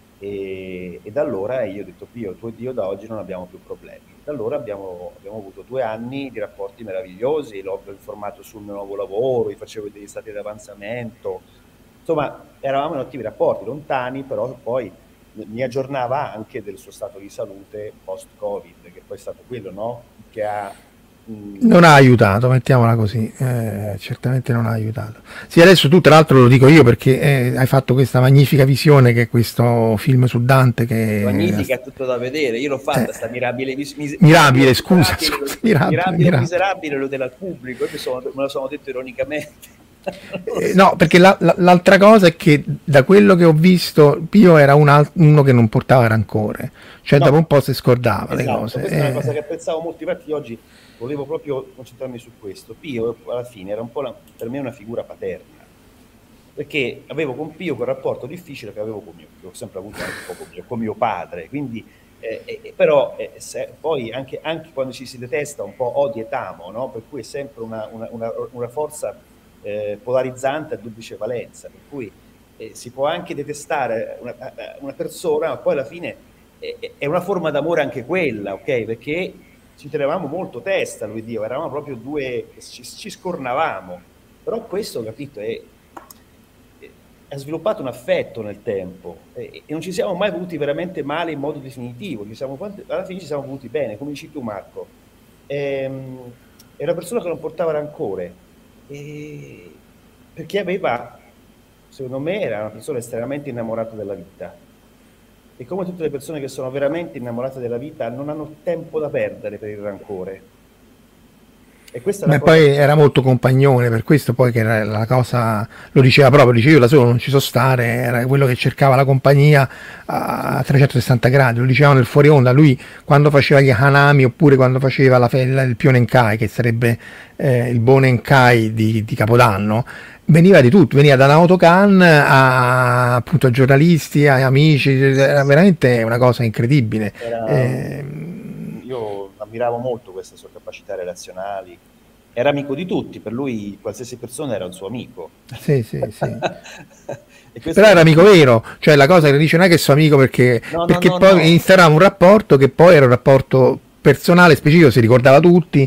e, e da allora io ho detto Pio, tu ed io da oggi non abbiamo più problemi. Da allora abbiamo, abbiamo avuto due anni di rapporti meravigliosi, l'ho informato sul mio nuovo lavoro, gli facevo degli stati di avanzamento, insomma eravamo in ottimi rapporti, lontani, però poi mi aggiornava anche del suo stato di salute post-Covid, che poi è stato quello, no? Che ha non ha aiutato, mettiamola così, eh, certamente non ha aiutato. Sì, adesso tu tra l'altro lo dico io perché eh, hai fatto questa magnifica visione che è questo film su Dante che magnifica, è tutto da vedere, io l'ho fatta, eh, sta mirabile mis- mis- mirabile, scusa, miserabile, scusa, mirabile, mirabile, mirabile. miserabile lo della al pubblico, io sono, me lo sono detto ironicamente. Eh, no, perché la, la, l'altra cosa è che da quello che ho visto Pio era un al- uno che non portava rancore, cioè no, dopo un po' si scordava, esatto, le cose. Questa eh. è una cosa che apprezzavo molto, infatti oggi volevo proprio concentrarmi su questo. Pio alla fine era un po' la, per me una figura paterna, perché avevo con Pio quel rapporto difficile che avevo con mio, che ho sempre avuto anche un po' con mio, con mio padre, quindi eh, eh, però eh, se, poi anche, anche quando ci si detesta un po' odi et amo, no? Per cui è sempre una, una, una, una forza eh, polarizzante a duplice valenza, per cui eh, si può anche detestare una, una persona, ma poi alla fine eh, è una forma d'amore anche quella, ok? Perché ci tenevamo molto testa, lui Dio, eravamo proprio due che ci, ci scornavamo, però questo, capito, è, è, ha sviluppato un affetto nel tempo e, e non ci siamo mai voluti veramente male in modo definitivo, ci siamo, alla fine ci siamo voluti bene, come dici tu Marco. Ehm, è una persona che non portava rancore, e, perché aveva, secondo me, era una persona estremamente innamorata della vita. E come tutte le persone che sono veramente innamorate della vita non hanno tempo da perdere per il rancore. E questa è Ma cosa... poi era molto compagnone, per questo poi che era la cosa, lo diceva proprio, dice io da solo non ci so stare, era quello che cercava la compagnia a trecentosessanta gradi, lo dicevano nel fuori onda, lui quando faceva gli Hanami oppure quando faceva la, il Pionenkai, che sarebbe eh, il Bonenkai di, di Capodanno, veniva di tutto, veniva da Naoto-kan a, appunto, a giornalisti, a amici, era veramente una cosa incredibile. Era... Eh, io ammiravo molto queste sue capacità relazionali, era amico di tutti, per lui qualsiasi persona era un suo amico. Sì, sì, sì. Però era amico vero, cioè la cosa che dice non è che sono amico perché, no, perché no, no, poi no. instaurava un rapporto che poi era un rapporto personale, specifico, si ricordava tutti,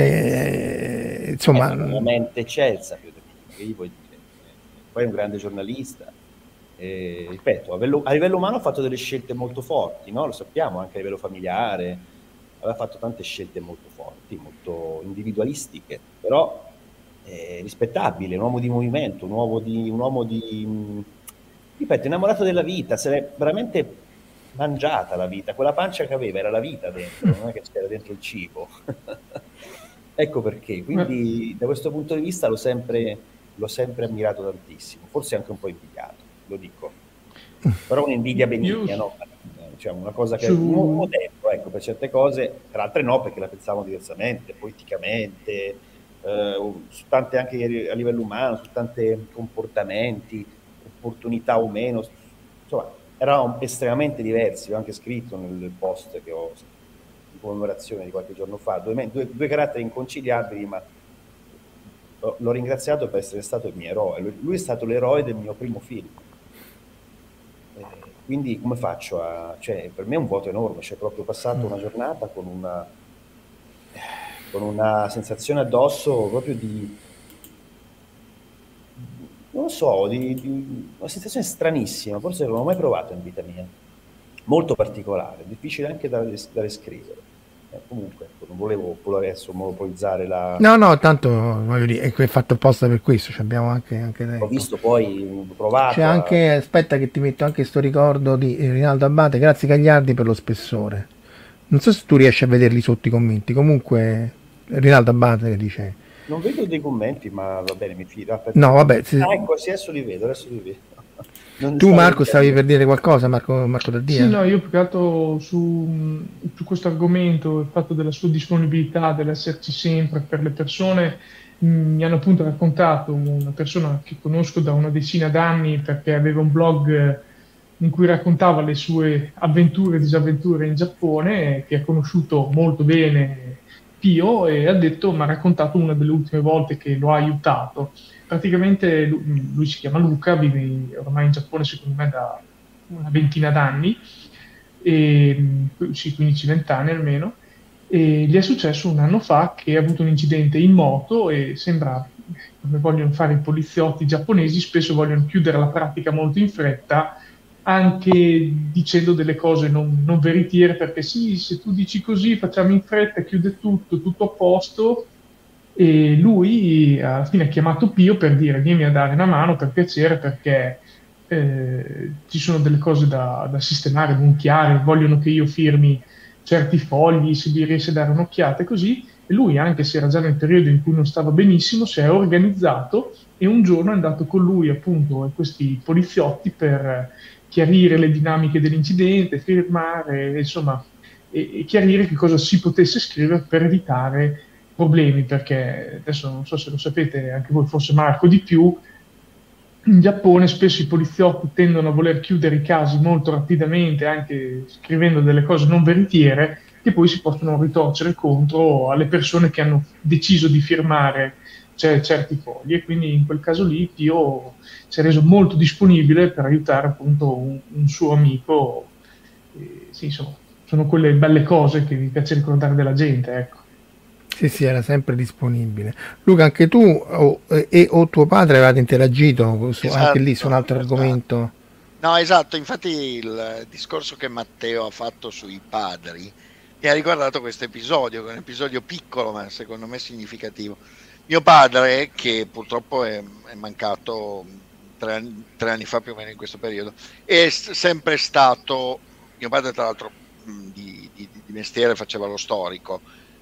eh, insomma... È una mente eccelsa, più che io vuoi dire. Poi è un grande giornalista. E, ripeto, a livello, a livello umano ha fatto delle scelte molto forti, no? Lo sappiamo, anche a livello familiare, aveva fatto tante scelte molto forti, molto individualistiche, però eh, rispettabile, un uomo di movimento, un uomo di, un uomo di ripeto, innamorato della vita, se veramente mangiata la vita, quella pancia che aveva era la vita dentro, non è che c'era dentro il cibo. Ecco perché, quindi da questo punto di vista l'ho sempre, l'ho sempre ammirato tantissimo, forse anche un po' invidiato, lo dico, però un'invidia benigna, no? Cioè una cosa che è un modello, ecco, per certe cose, per altre no, perché la pensavamo diversamente, politicamente, eh, su tante anche a livello umano, su tanti comportamenti, opportunità o meno, insomma, erano estremamente diversi. Ho anche scritto nel post che ho di commemorazione di qualche giorno fa, due, due, due caratteri inconciliabili, ma l'ho ringraziato per essere stato il mio eroe. Lui è stato l'eroe del mio primo film. Eh, quindi come faccio a... Cioè, per me è un vuoto enorme, cioè proprio passato una giornata con una, con una sensazione addosso proprio di... non lo so, di, di una sensazione stranissima, forse non l'ho mai provato in vita mia, molto particolare, difficile anche da, da descrivere. Eh, comunque, non volevo adesso monopolizzare la... No, no, tanto voglio dire, è fatto apposta per questo, ci abbiamo anche, anche detto. Ho visto poi, ho provato... C'è anche, a... aspetta che ti metto anche sto ricordo di Rinaldo Abbate, grazie Gagliardi per lo spessore. Non so se tu riesci a vederli sotto i commenti, comunque Rinaldo Abbate dice... Non vedo dei commenti, ma va bene, mi fido. Aspetta. No, vabbè. Se... Ah, ecco, sì, adesso li vedo, adesso li vedo. Non tu Marco stavi per dire qualcosa, Marco, Marco Daddia? Sì, no, io più che altro su, su questo argomento, il fatto della sua disponibilità, dell'esserci sempre per le persone, mh, mi hanno appunto raccontato una persona che conosco da una decina d'anni perché aveva un blog in cui raccontava le sue avventure e disavventure in Giappone, che ha conosciuto molto bene Pio, e ha detto, mi ha raccontato una delle ultime volte che lo ha aiutato. Praticamente lui, lui si chiama Luca, vive ormai in Giappone secondo me da una ventina d'anni, e, sì, quindici venti anni almeno, e gli è successo un anno fa che ha avuto un incidente in moto e sembra, come vogliono fare i poliziotti giapponesi, spesso vogliono chiudere la pratica molto in fretta, anche dicendo delle cose non, non veritiere, perché sì, se tu dici così facciamo in fretta, chiude tutto, tutto a posto. E lui alla fine ha chiamato Pio per dire vieni a dare una mano per piacere, perché eh, ci sono delle cose da, da sistemare, non chiare, vogliono che io firmi certi fogli, se gli riesce a dare un'occhiata e così. E lui, anche se era già nel periodo in cui non stava benissimo, si è organizzato e un giorno è andato con lui appunto a questi poliziotti per chiarire le dinamiche dell'incidente, firmare, insomma, e, e chiarire che cosa si potesse scrivere per evitare problemi, perché adesso non so se lo sapete anche voi, forse Marco di più, in Giappone spesso i poliziotti tendono a voler chiudere i casi molto rapidamente, anche scrivendo delle cose non veritiere, che poi si possono ritorcere contro alle persone che hanno deciso di firmare cioè, certi fogli, e quindi in quel caso lì Pio si è reso molto disponibile per aiutare appunto un, un suo amico. E, sì, insomma, sono quelle belle cose che mi piace ricordare della gente, ecco. Sì, sì, era sempre disponibile. Luca, anche tu o, e o tuo padre avevate interagito su, esatto, anche lì su un altro esatto. argomento? No, esatto, infatti il discorso che Matteo ha fatto sui padri mi ha ricordato questo episodio, che è un episodio piccolo ma secondo me significativo. Mio padre, che purtroppo è, è mancato tre anni, tre anni fa più o meno in questo periodo, è sempre stato, mio padre tra l'altro di, di, di mestiere faceva lo storico,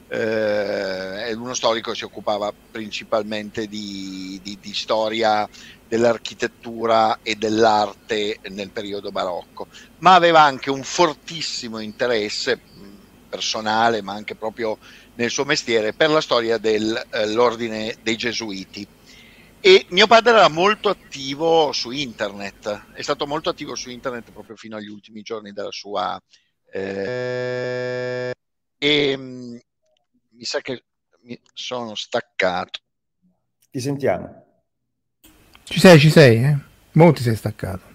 eh, uno storico si occupava principalmente di, di, di storia dell'architettura e dell'arte nel periodo barocco, ma aveva anche un fortissimo interesse personale, ma anche proprio nel suo mestiere, per la storia dell'ordine eh, dei Gesuiti. E mio padre era molto attivo su internet, è stato molto attivo su internet proprio fino agli ultimi giorni della sua... Eh, e mh, mi sa che mi sono staccato. Ti sentiamo. Ci sei, ci sei, eh? Mo ti sei staccato.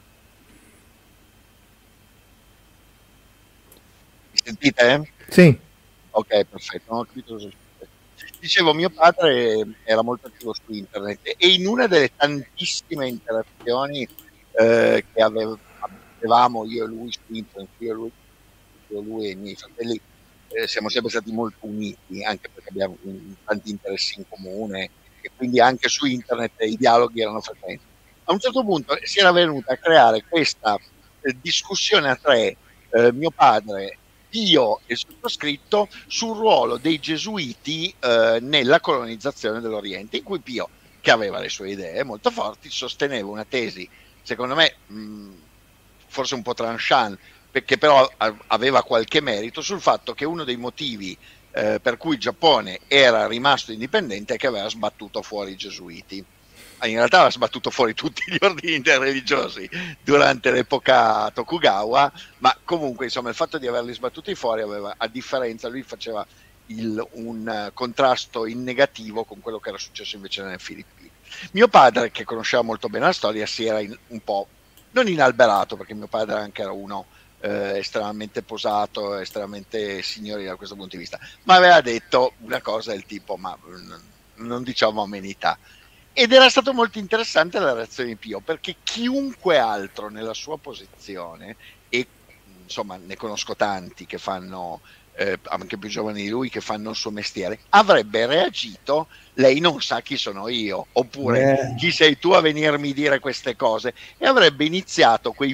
Mi sentite? Sì. Ok, perfetto. Non ho capito cosa succede. Dicevo, mio padre era molto attivo su internet e in una delle tantissime interazioni eh, che avevamo io e lui su internet, io e lui, io, lui e i miei fratelli, eh, siamo sempre stati molto uniti, anche perché abbiamo tanti interessi in comune e quindi anche su internet i dialoghi erano frequenti. A un certo punto si era venuta a creare questa eh, discussione a tre eh, mio padre, Pio e sottoscritto sul ruolo dei gesuiti eh, nella colonizzazione dell'Oriente, in cui Pio, che aveva le sue idee molto forti, sosteneva una tesi, secondo me mh, forse un po' tranchant, perché però aveva qualche merito, sul fatto che uno dei motivi eh, per cui il Giappone era rimasto indipendente è che aveva sbattuto fuori i gesuiti. In realtà aveva sbattuto fuori tutti gli ordini interreligiosi durante l'epoca Tokugawa, ma comunque insomma il fatto di averli sbattuti fuori aveva, a differenza, lui faceva il, un uh, contrasto in negativo con quello che era successo invece nelle Filippine. Mio padre, che conosceva molto bene la storia, si era in, un po' non inalberato, perché mio padre anche era uno eh, estremamente posato, estremamente signorile da questo punto di vista, ma aveva detto una cosa del tipo, ma non diciamo amenità. Ed era stato molto interessante la reazione di Pio, perché chiunque altro nella sua posizione, e insomma ne conosco tanti che fanno, eh, anche più giovani di lui, che fanno il suo mestiere, avrebbe reagito: lei non sa chi sono io, oppure eh. chi sei tu a venirmi a dire queste cose, e avrebbe iniziato quei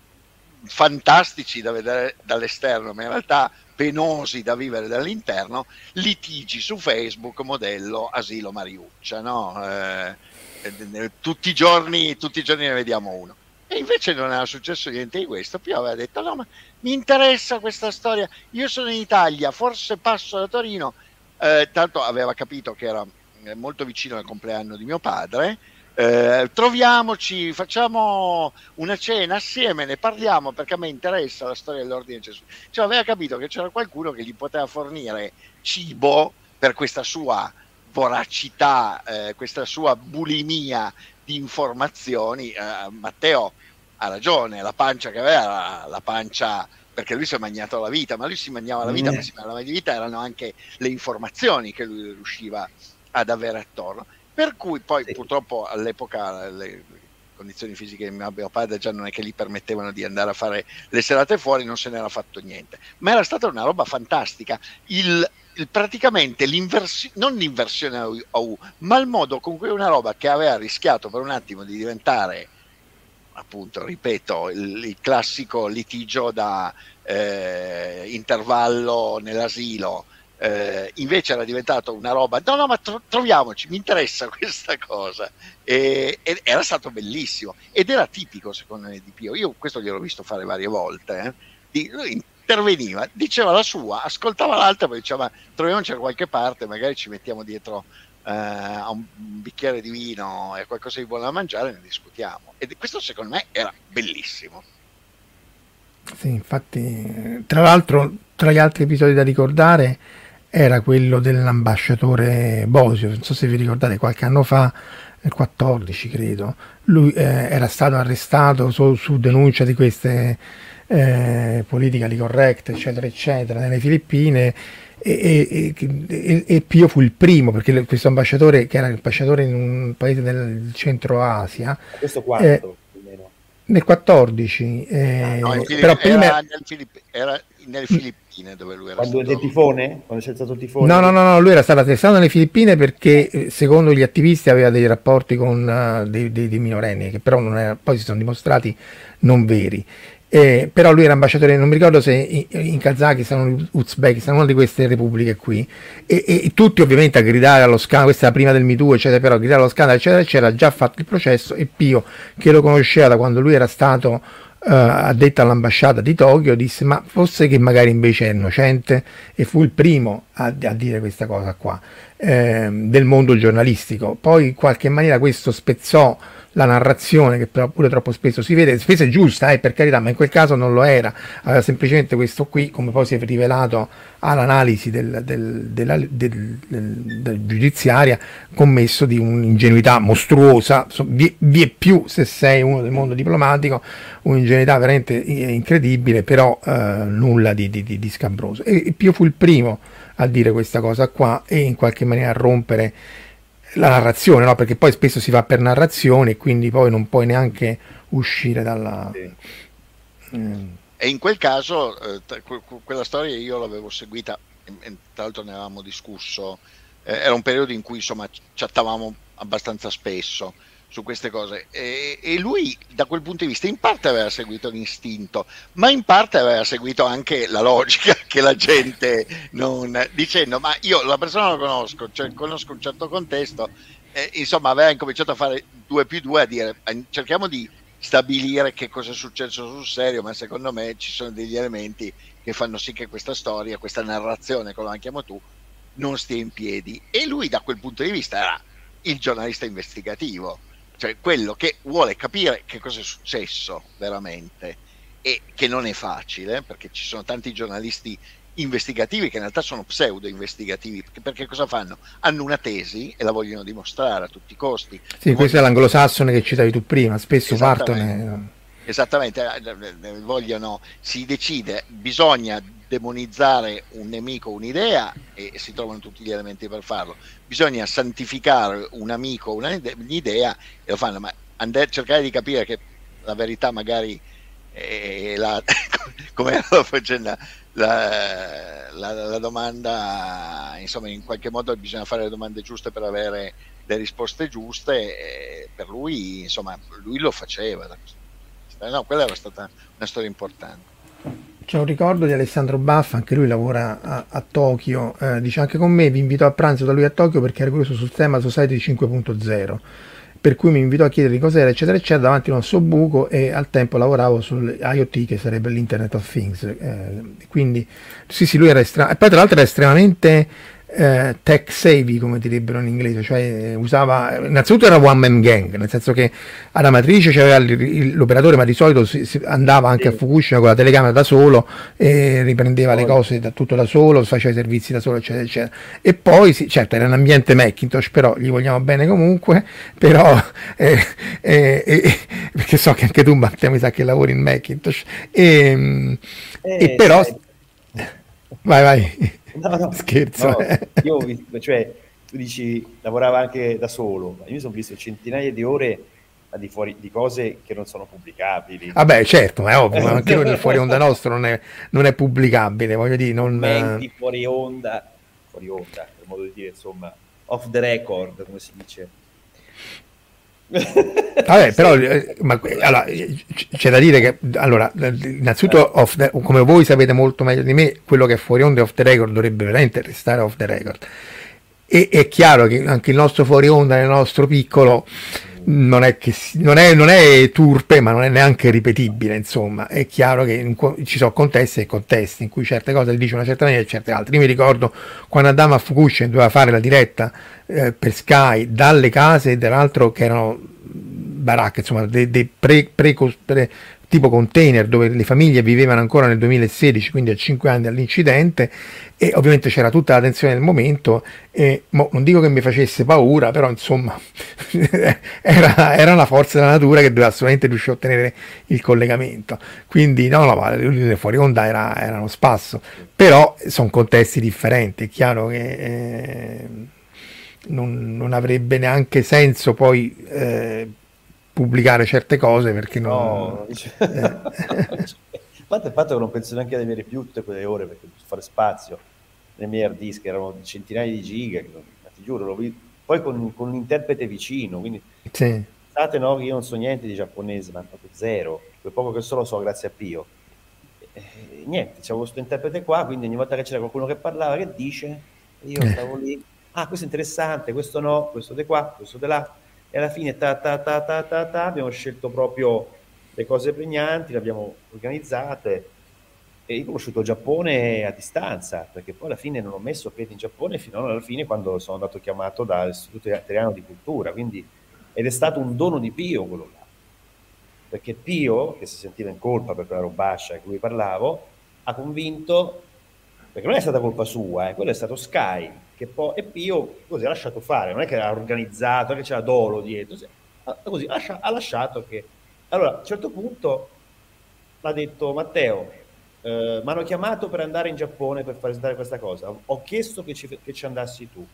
fantastici da vedere dall'esterno, ma in realtà penosi da vivere dall'interno, litigi su Facebook modello asilo Mariuccia, no? Eh, eh, tutti i giorni tutti i giorni ne vediamo uno, e invece non era successo niente di questo. Pio aveva detto: no, ma mi interessa questa storia, io sono in Italia, forse passo da Torino, eh, tanto aveva capito che era molto vicino al compleanno di mio padre. Eh, troviamoci, facciamo una cena assieme, ne parliamo, perché a me interessa la storia dell'ordine Gesù. Cioè aveva capito che c'era qualcuno che gli poteva fornire cibo per questa sua voracità, eh, questa sua bulimia di informazioni. eh, Matteo ha ragione, la pancia che aveva era la pancia, perché lui si è mangiato la vita, ma lui si mangiava la vita, mm. ma si mangiava la vita erano anche le informazioni che lui riusciva ad avere attorno. Per cui poi sì. Purtroppo all'epoca le, le condizioni fisiche di mio padre già non è che gli permettevano di andare a fare le serate fuori, non se n'era fatto niente, ma era stata una roba fantastica, il, il praticamente l'inversione, non l'inversione a U, ma il modo con cui una roba che aveva rischiato per un attimo di diventare, appunto, ripeto, il, il classico litigio da eh, intervallo nell'asilo, Eh, invece era diventato una roba, no no ma tro- troviamoci, mi interessa questa cosa, e, e era stato bellissimo, ed era tipico secondo me di Pio. Io questo gliel'ho visto fare varie volte, eh. Di, lui interveniva, diceva la sua, ascoltava l'altra, poi diceva: troviamoci da qualche parte, magari ci mettiamo dietro eh, a un bicchiere di vino e qualcosa di buono da mangiare, ne discutiamo. E questo secondo me era bellissimo. Sì, infatti, tra l'altro, tra gli altri episodi da ricordare era quello dell'ambasciatore Bosio. Non so se vi ricordate, qualche anno fa, nel quattordici credo, lui eh, era stato arrestato su, su denuncia di queste eh, politically correct, eccetera eccetera, nelle Filippine, e, e, e, e Pio fu il primo, perché questo ambasciatore, che era ambasciatore in un paese del centro Asia, questo quanto? Eh, nel quattordici, eh, no, no, però prima era, nel Filipp- era nelle Filippine dove lui era quando stato... del tifone? Quando c'è stato il tifone? No, no, no, no, lui era stato arrestato nelle Filippine perché secondo gli attivisti aveva dei rapporti con uh, dei, dei, dei minorenni, che però non era, poi si sono dimostrati non veri. Eh, però lui era ambasciatore, non mi ricordo se in, in Kazakistan o in Uzbekistan, una di queste repubbliche qui, e, e tutti ovviamente a gridare allo scandalo, questa è la prima del Me Too, eccetera, però a gridare allo scandalo, eccetera, eccetera, già fatto il processo, e Pio, che lo conosceva da quando lui era stato uh, addetto all'ambasciata di Tokyo, disse: ma forse che magari invece è innocente, e fu il primo a, a dire questa cosa qua, eh, del mondo giornalistico. Poi in qualche maniera questo spezzò la narrazione, che però pure troppo spesso si vede, spesso è giusta, eh, per carità, ma in quel caso non lo era, aveva semplicemente questo qui, come poi si è rivelato all'analisi del, del, della, del, del, del giudiziaria, commesso di un'ingenuità mostruosa, vi, vi è più se sei uno del mondo diplomatico, un'ingenuità veramente incredibile, però eh, nulla di, di, di, di scabroso. E, e Pio fu il primo a dire questa cosa qua, e in qualche maniera a rompere la narrazione, no? Perché poi spesso si va per narrazione e quindi poi non puoi neanche uscire dalla... Sì. Mm. E in quel caso eh, quella storia io l'avevo seguita, e, tra l'altro ne avevamo discusso, eh, era un periodo in cui insomma chattavamo abbastanza spesso su queste cose, e, e lui da quel punto di vista in parte aveva seguito l'istinto, ma in parte aveva seguito anche la logica che la gente non, dicendo ma io la persona la conosco, cioè conosco un certo contesto, eh, insomma aveva incominciato a fare due più due, a dire cerchiamo di stabilire che cosa è successo sul serio, ma secondo me ci sono degli elementi che fanno sì che questa storia, questa narrazione, come la chiamo tu, non stia in piedi. E lui da quel punto di vista era il giornalista investigativo, cioè quello che vuole capire che cosa è successo veramente, e che non è facile, perché ci sono tanti giornalisti investigativi che in realtà sono pseudo investigativi, perché, perché cosa fanno? Hanno una tesi e la vogliono dimostrare a tutti i costi. Sì, questo vogliono... è l'anglosassone che citavi tu prima, spesso partono... Esattamente, vogliono, si decide, bisogna demonizzare un nemico, un'idea, e si trovano tutti gli elementi per farlo. Bisogna santificare un amico, un'idea, e lo fanno, ma andare, cercare di capire che la verità magari è la, come lo facendo la, la, la domanda, insomma, in qualche modo bisogna fare le domande giuste per avere le risposte giuste, e per lui, insomma, lui lo faceva da questo. No, quella era stata una storia importante. C'è un ricordo di Alessandro Baffa, anche lui lavora a, a Tokyo, eh, dice anche con me vi invitò a pranzo da lui a Tokyo perché era curioso sul tema Society cinque punto zero, per cui mi invitò a chiedere cos'era eccetera eccetera davanti a un sobbuco, e al tempo lavoravo sull'IoT, che sarebbe l'Internet of Things, eh, quindi sì sì lui era estremamente, e poi tra l'altro era estremamente Eh, tech savvy, come direbbero in inglese, cioè usava, innanzitutto era one man gang, nel senso che alla matrice c'aveva l'operatore, ma di solito si, si andava anche sì. a Fukushima con la telecamera da solo e riprendeva poi le cose da tutto da solo, faceva i servizi da solo eccetera eccetera, e poi sì, certo era un ambiente Macintosh, però gli vogliamo bene comunque, però eh, eh, eh, perché so che anche tu Matteo mi sa che lavori in Macintosh e, eh, e però eh. vai vai No, no, scherzo. No, io, cioè, tu dici lavorava anche da solo, ma io mi sono visto centinaia di ore al di fuori di cose che non sono pubblicabili. Vabbè, certo, ma è ovvio, ma anche noi nel fuori onda nostro non è, non è pubblicabile, voglio dire, non... Commenti fuori onda, fuori onda, per modo di dire, insomma, off the record, come si dice. Vabbè, però eh, ma, allora, c'è da dire che allora innanzitutto off the, come voi sapete molto meglio di me, quello che è fuori onda e off the record dovrebbe veramente restare off the record, e è chiaro che anche il nostro fuori onda nel nostro piccolo non è che non è, non è turpe, ma non è neanche ripetibile, insomma è chiaro che in, ci sono contesti e contesti in cui certe cose le dice una certa maniera e certe altre. Io mi ricordo quando andavamo a Fukushima e doveva fare la diretta eh, per Sky dalle case dell'altro che erano baracche, insomma dei, dei pre, pre, pre tipo container dove le famiglie vivevano ancora nel duemilasedici, quindi a cinque anni dall'incidente, e ovviamente c'era tutta la tensione del momento, e mo, non dico che mi facesse paura, però insomma era, era una forza della natura che doveva assolutamente riuscire a ottenere il collegamento, quindi no, no, fuori onda era, era uno spasso, però sono contesti differenti, è chiaro che eh, non, non avrebbe neanche senso poi eh, pubblicare certe cose perché non... No, eh. A parte il fatto che non penso neanche ad avere più tutte quelle ore, perché devo fare spazio nei miei hard disk, erano centinaia di giga, ma ti giuro, l'ho visto. Poi con, con l'interprete vicino, quindi sì. Pensate, no, che io non so niente di giapponese, ma proprio zero, quel poco che solo so grazie a Pio. E, niente, c'avevo questo interprete qua, quindi ogni volta che c'era qualcuno che parlava, che dice, io stavo lì, ah, questo è interessante, questo no, questo di qua, questo di là. E alla fine ta, ta, ta, ta, ta, ta, abbiamo scelto proprio le cose pregnanti, le abbiamo organizzate, e io ho conosciuto il Giappone a distanza, perché poi alla fine non ho messo piede in Giappone fino alla fine quando sono andato chiamato dall'Istituto Italiano di Cultura, quindi, ed è stato un dono di Pio quello là, perché Pio, che si sentiva in colpa per quella robascia di cui parlavo, ha convinto, perché non è stata colpa sua, eh, quello è stato Sky, che poi, e Pio così ha lasciato fare, non è che era organizzato, non è che c'era dolo dietro, così ha, ha lasciato che... Allora, a un certo punto l'ha detto Matteo, eh, mi hanno chiamato per andare in Giappone per far presentare questa cosa, ho chiesto che ci, che ci andassi tu.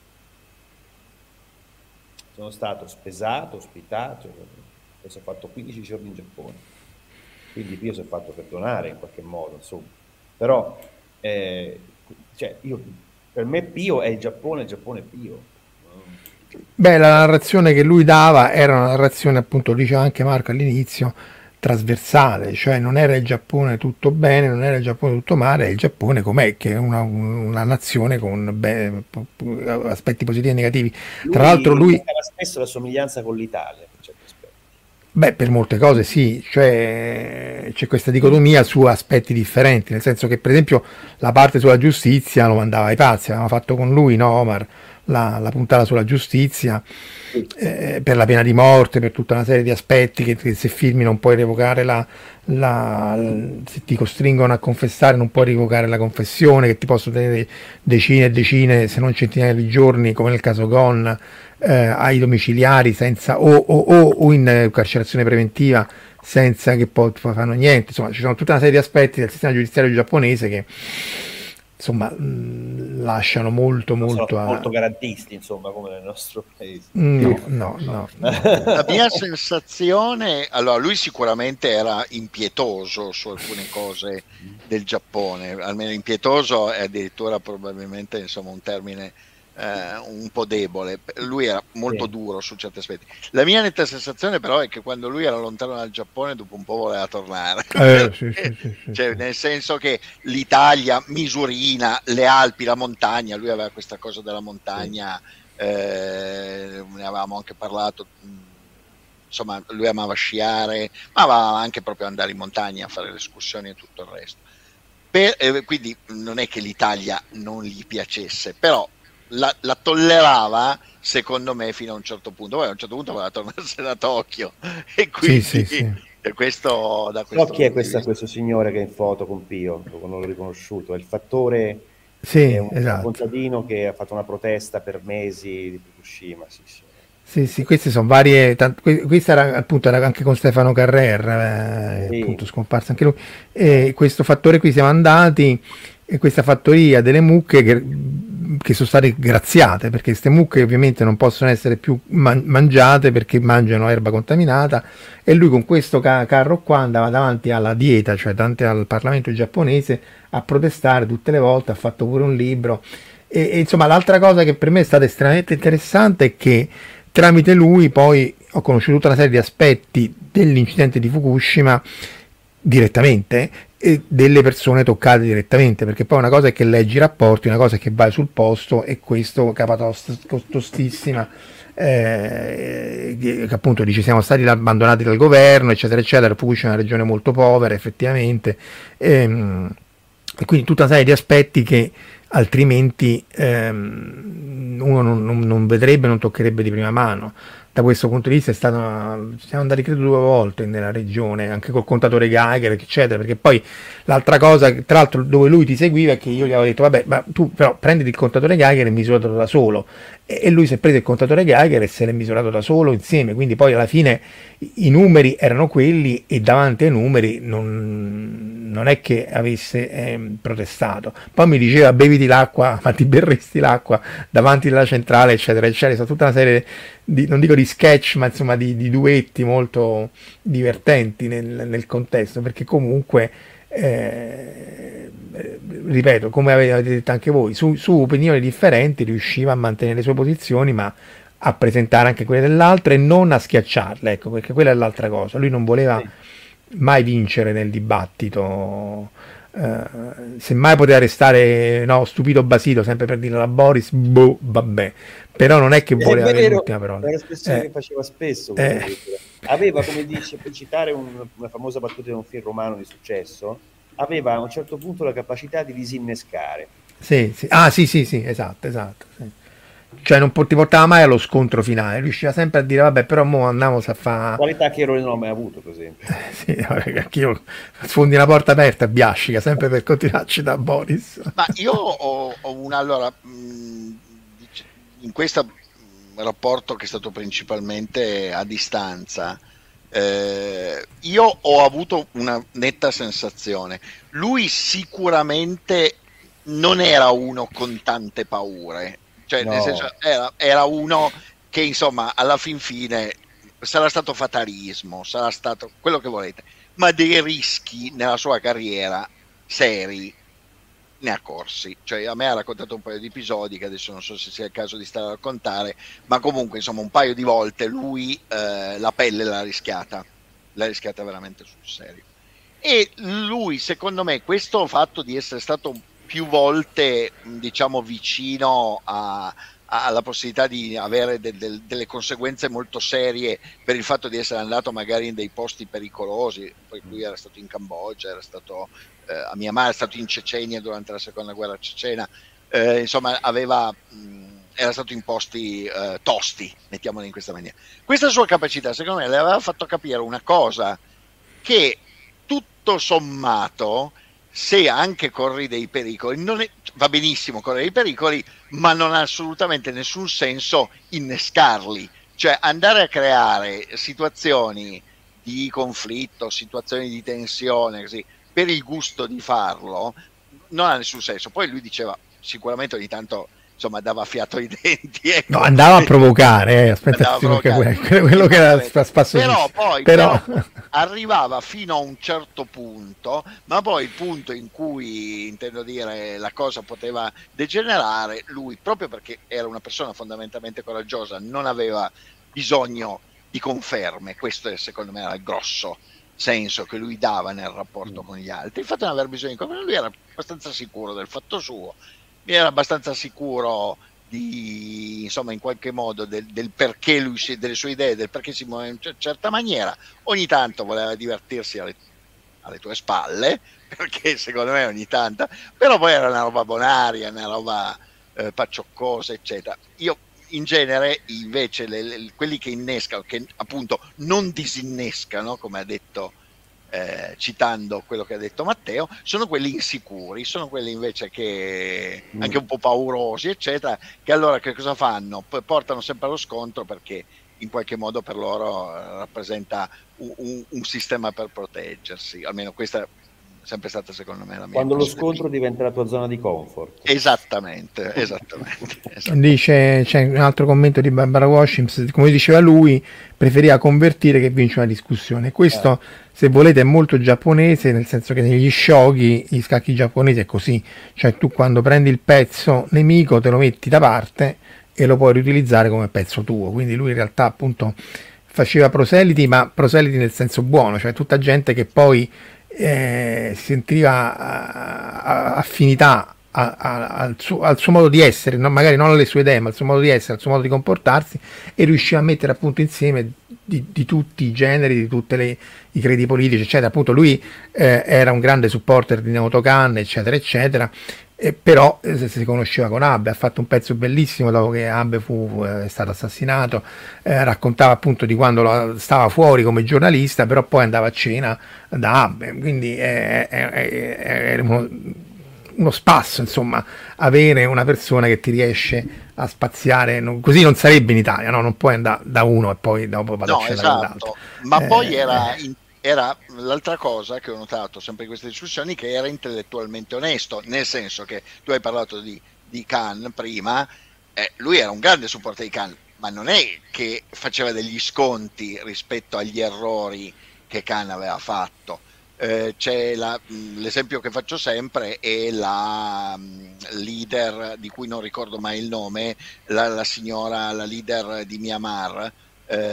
Sono stato spesato, ospitato, e sono fatto quindici giorni in Giappone, quindi Pio si è fatto perdonare in qualche modo, insomma, però eh, cioè io, per me Pio è il Giappone, il Giappone è Pio. Beh, la narrazione che lui dava era una narrazione, appunto, lo diceva anche Marco all'inizio, trasversale, cioè non era il Giappone tutto bene, non era il Giappone tutto male, è il Giappone com'è, che è una, una nazione con beh, aspetti positivi e negativi. Lui Tra l'altro lui... aveva spesso la somiglianza con l'Italia. Beh, per molte cose sì, cioè c'è questa dicotomia su aspetti differenti, nel senso che per esempio la parte sulla giustizia lo mandava ai pazzi, avevamo fatto con lui, no Omar, la, la puntata sulla giustizia, eh, per la pena di morte, per tutta una serie di aspetti che, che se firmi non puoi revocare la, la, se ti costringono a confessare non puoi revocare la confessione, che ti possono tenere decine e decine, se non centinaia di giorni, come nel caso Gon, eh, ai domiciliari senza o, o, o, o in carcerazione preventiva senza che poi fanno niente. Insomma, ci sono tutta una serie di aspetti del sistema giudiziario giapponese che insomma mh, lasciano molto molto sono a... molto garantisti, insomma, come nel nostro paese. No, no, no. La mia sensazione, allora lui sicuramente era impietoso su alcune cose del Giappone, almeno impietoso è addirittura probabilmente insomma un termine eh, un po' debole. Lui era molto Sì. duro su certi aspetti. La mia netta sensazione però è che quando lui era lontano dal Giappone dopo un po' voleva tornare. Eh, sì, sì, sì, sì, cioè, sì. nel senso che l'Italia, Misurina, le Alpi, la montagna, lui aveva questa cosa della montagna, eh, ne avevamo anche parlato, insomma lui amava sciare, ma amava anche proprio andare in montagna a fare le escursioni e tutto il resto. Per, eh, quindi non è che l'Italia non gli piacesse, però la, la tollerava secondo me fino a un certo punto, poi a un certo punto voleva tornarsene a Tokyo e quindi Sì, sì, sì. questo da So questo chi è punto di questa, vista. questo signore che è in foto con Pio, non l'ho riconosciuto, è il fattore, Sì, è un, esatto. un contadino che ha fatto una protesta per mesi di Fukushima. Sì, sì. Sì, sì, queste sono varie. tant- que- questa era appunto era anche con Stefano Carrer, eh, Sì. appunto scomparso anche lui. E questo fattore qui siamo andati, e questa fattoria delle mucche che, che sono state graziate, perché queste mucche ovviamente non possono essere più man- mangiate perché mangiano erba contaminata. E lui con questo ca- carro qua andava davanti alla dieta, cioè davanti al Parlamento giapponese, a protestare tutte le volte. Ha fatto pure un libro. E, e insomma, l'altra cosa che per me è stata estremamente interessante è che tramite lui poi ho conosciuto tutta una serie di aspetti dell'incidente di Fukushima direttamente e delle persone toccate direttamente, perché poi una cosa è che leggi i rapporti, una cosa è che vai sul posto, e questo capatost- costosissima, eh, che appunto dice siamo stati abbandonati dal governo eccetera eccetera. Fukushima è una regione molto povera effettivamente, ehm, e quindi tutta una serie di aspetti che altrimenti ehm, uno non, non, non vedrebbe, non toccherebbe di prima mano. Da questo punto di vista è stata una... siamo andati credo due volte nella regione, anche col contatore Geiger eccetera, perché poi l'altra cosa, tra l'altro, dove lui ti seguiva è che io gli avevo detto vabbè, ma tu però prenditi il contatore Geiger e misuratelo da solo, e, e lui si è preso il contatore Geiger e se l'è misurato da solo insieme, quindi poi alla fine i, i numeri erano quelli e davanti ai numeri non, non è che avesse ehm, protestato. Poi mi diceva beviti l'acqua, ma ti berresti l'acqua davanti alla centrale eccetera eccetera. Sono tutta una serie di, non dico di sketch, ma insomma di, di duetti molto divertenti nel, nel contesto, perché comunque eh, ripeto, come avete detto anche voi, su, su opinioni differenti riusciva a mantenere le sue posizioni, ma a presentare anche quelle dell'altra e non a schiacciarle, ecco, perché quella è l'altra cosa. Lui non voleva mai vincere nel dibattito, eh, semmai poteva restare no, stupito basito sempre per dire la Boris, boh, vabbè, però non è che voleva È avere vero, l'ultima parola. è un'espressione Eh, che faceva spesso. eh. Aveva, come dice, per citare un, una famosa battuta di un film romano di successo, aveva a un certo punto la capacità di disinnescare. Sì, sì. Ah, sì, sì, sì, esatto, esatto. Sì. Cioè non po- ti portava mai allo scontro finale, riusciva sempre a dire vabbè, però mo andiamo a fare... Qualità che io non ho mai avuto, per esempio. Sì, perché io sfondi una porta aperta e biascica, sempre per continuarci da Boris. Ma io ho, ho una, allora, mh, in questo rapporto che è stato principalmente a distanza, eh, io ho avuto una netta sensazione. Lui sicuramente non era uno con tante paure, cioè No. nel senso era, era uno che insomma alla fin fine sarà stato fatalismo, sarà stato quello che volete, ma dei rischi nella sua carriera seri ne ha corsi, cioè a me ha raccontato un paio di episodi che adesso non so se sia il caso di stare a raccontare, ma comunque insomma un paio di volte lui eh, la pelle l'ha rischiata, l'ha rischiata veramente sul serio. E lui, secondo me, questo fatto di essere stato più volte, diciamo, vicino a, a, alla possibilità di avere de, de, delle conseguenze molto serie per il fatto di essere andato magari in dei posti pericolosi, poi lui era stato in Cambogia, era stato eh, a Myanmar, è stato in Cecenia durante la seconda guerra cecena, eh, insomma aveva... Mh, era stato in posti eh, tosti, mettiamolo in questa maniera. Questa sua capacità, secondo me, le aveva fatto capire una cosa, che tutto sommato, se anche corri dei pericoli, non è, va benissimo correre dei pericoli, ma non ha assolutamente nessun senso innescarli, cioè andare a creare situazioni di conflitto, situazioni di tensione, così, per il gusto di farlo, non ha nessun senso. Poi lui diceva, sicuramente ogni tanto, insomma, dava fiato ai denti, ecco. No, andava a provocare, eh. Aspetta, a provocare. Quello, quello che era spasso, però poi però... però arrivava fino a un certo punto, ma poi il punto in cui, intendo dire, la cosa poteva degenerare, lui, proprio perché era una persona fondamentalmente coraggiosa, non aveva bisogno di conferme. Questo è, secondo me, era il grosso senso che lui dava nel rapporto con gli altri. Il fatto di non aver bisogno di conferme, lui era abbastanza sicuro del fatto suo, era abbastanza sicuro di, insomma, in qualche modo del, del perché lui si, delle sue idee, del perché si muove in una certa maniera. Ogni tanto voleva divertirsi alle, alle tue spalle, perché secondo me ogni tanto, però poi era una roba bonaria, una roba eh, paccioccosa, eccetera. Io in genere invece le, le, quelli che innescano, che appunto non disinnescano, come ha detto Eh, citando quello che ha detto Matteo, sono quelli insicuri, sono quelli invece che anche un po' paurosi, eccetera, che allora che cosa fanno? P- portano sempre allo scontro, perché in qualche modo per loro rappresenta un, un, un sistema per proteggersi. Almeno questa è sempre stata, secondo me, la mia quando lo scontro diventa la tua zona di comfort. Esattamente, esattamente, esattamente. Dice, c'è un altro commento di Barbara Washims, come diceva lui, preferiva convertire che vincere una discussione. Questo, eh. se volete, è molto giapponese, nel senso che negli shogi, gli scacchi giapponesi, è così, cioè tu quando prendi il pezzo nemico te lo metti da parte e lo puoi riutilizzare come pezzo tuo. Quindi lui in realtà appunto faceva proseliti, ma proseliti nel senso buono, cioè tutta gente che poi Eh, si sentiva a, a, affinità a, a, al, suo, al suo modo di essere, no? Magari non alle sue idee, ma al suo modo di essere, al suo modo di comportarsi, e riusciva a mettere appunto insieme di, di tutti i generi, di tutti i credi politici, eccetera. Appunto lui eh, era un grande supporter di Naoto Kan, eccetera, eccetera. Eh, però eh, si conosceva con Abe, ha fatto un pezzo bellissimo dopo che Abe fu, fu è stato assassinato, eh, raccontava appunto di quando lo, stava fuori come giornalista, però poi andava a cena da Abe, quindi è, è, è, è uno, uno spasso, insomma, avere una persona che ti riesce a spaziare, non, così non sarebbe in Italia, no? Non puoi andare da uno e poi dopo vado no, a cena esatto. con l'altro. Ma eh, poi era... In... era l'altra cosa che ho notato sempre in queste discussioni, che era intellettualmente onesto, nel senso che tu hai parlato di, di Kan prima, eh, lui era un grande supporter di Kan, ma non è che faceva degli sconti rispetto agli errori che Kan aveva fatto. Eh, c'è la, l'esempio che faccio sempre è la um, leader di cui non ricordo mai il nome, la, la signora, la leader di Myanmar, Eh,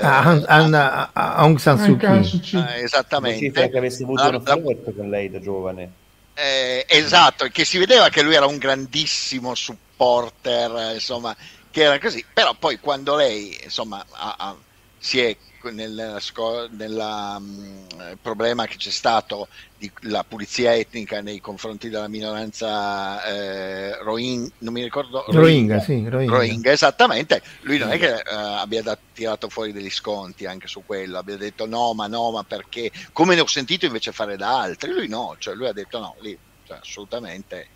Aung San Suu Kyi, eh, esattamente, che avesse avuto la, uno flirt con lei da giovane, eh, esatto, che si vedeva che lui era un grandissimo supporter, insomma, che era così, però poi quando lei, insomma, ha, ha, si è nel nella, mh, problema che c'è stato di la pulizia etnica nei confronti della minoranza eh, Rohingya, non mi ricordo, Rohingya, sì, Rohingya. Rohingya, esattamente, lui non è che eh, abbia da, tirato fuori degli sconti anche su quello, abbia detto no ma no ma perché, come ne ho sentito invece fare da altri, lui no, cioè lui ha detto no, lì cioè, assolutamente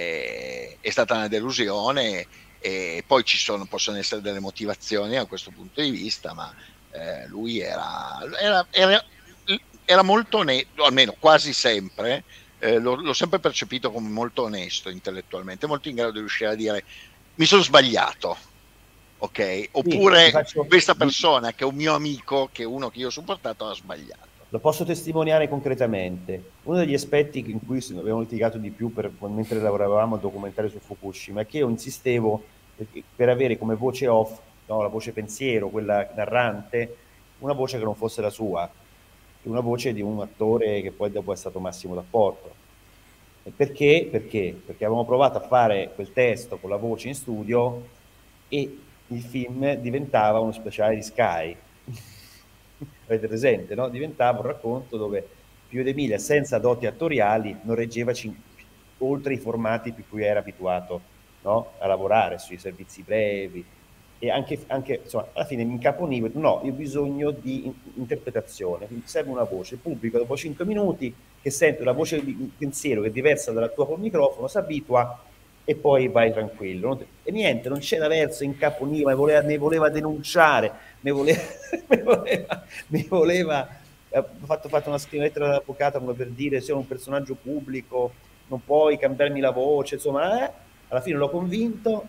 è, è stata una delusione, e poi ci sono, possono essere delle motivazioni a questo punto di vista, ma Eh, lui era, era, era, era molto onesto, almeno quasi sempre, eh, l'ho, l'ho sempre percepito come molto onesto intellettualmente, molto in grado di riuscire a dire mi sono sbagliato, ok? Oppure sì, faccio... questa persona che è un mio amico, che è uno che io ho supportato, ha sbagliato. lo posso testimoniare concretamente. Uno degli aspetti in cui abbiamo litigato di più per, mentre lavoravamo al documentario su Fukushima è che io insistevo per, per avere come voce off, no, la voce pensiero, quella narrante, una voce che non fosse la sua, una voce di un attore che poi dopo è stato Massimo D'Apporto. E perché? Perché? Perché avevamo provato a fare quel testo con la voce in studio e il film diventava uno speciale di Sky. Avete presente, no? Diventava un racconto dove Pio D'Emilia, senza doti attoriali, non reggeva cin- oltre i formati per cui era abituato, no? A lavorare sui servizi brevi. E anche, anche insomma, alla fine mi incaponivo, no, io ho bisogno di in- interpretazione, quindi serve una voce, pubblico dopo cinque minuti che sento la voce di pensiero che è diversa dalla tua col microfono, si abitua e poi vai tranquillo. Non te- e niente, non c'era verso, incaponiva, mi voleva, mi voleva denunciare, mi voleva, mi voleva, mi voleva eh, ho fatto, fatto una scrivetta all'avvocato come per dire sei un personaggio pubblico, non puoi cambiarmi la voce, insomma, eh, alla fine l'ho convinto.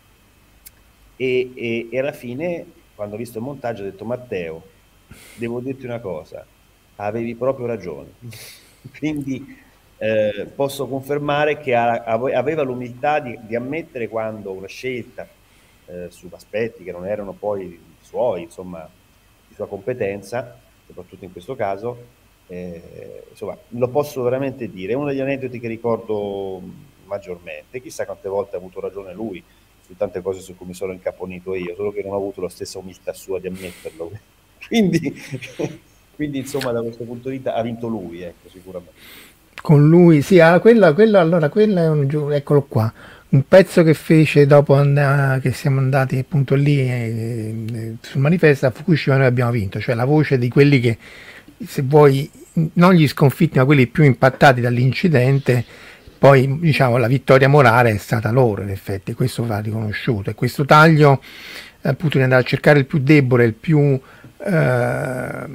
E, e, e alla fine, quando ho visto il montaggio, ho detto: Matteo, devo dirti una cosa, avevi proprio ragione. Quindi eh, posso confermare che ha, aveva l'umiltà di, di ammettere quando una scelta eh, su aspetti che non erano poi suoi, insomma, di sua competenza, soprattutto in questo caso, eh, insomma, lo posso veramente dire. È uno degli aneddoti che ricordo maggiormente. Chissà quante volte ha avuto ragione lui su tante cose su cui mi sono incaponito io, solo che non ho avuto la stessa umiltà sua di ammetterlo. quindi, quindi, insomma, da questo punto di vista ha vinto lui, ecco, sicuramente. Con lui, sì, ah, quella, quella, allora, quella è un gio- eccolo qua, un pezzo che fece dopo and- che siamo andati appunto lì eh, eh, sul manifesto a Fukushima. Noi abbiamo vinto, cioè la voce di quelli che, se vuoi, non gli sconfitti, ma quelli più impattati dall'incidente. Poi, diciamo, la vittoria morale è stata loro, in effetti, questo va riconosciuto. E questo taglio, appunto, di andare a cercare il più debole, il più eh,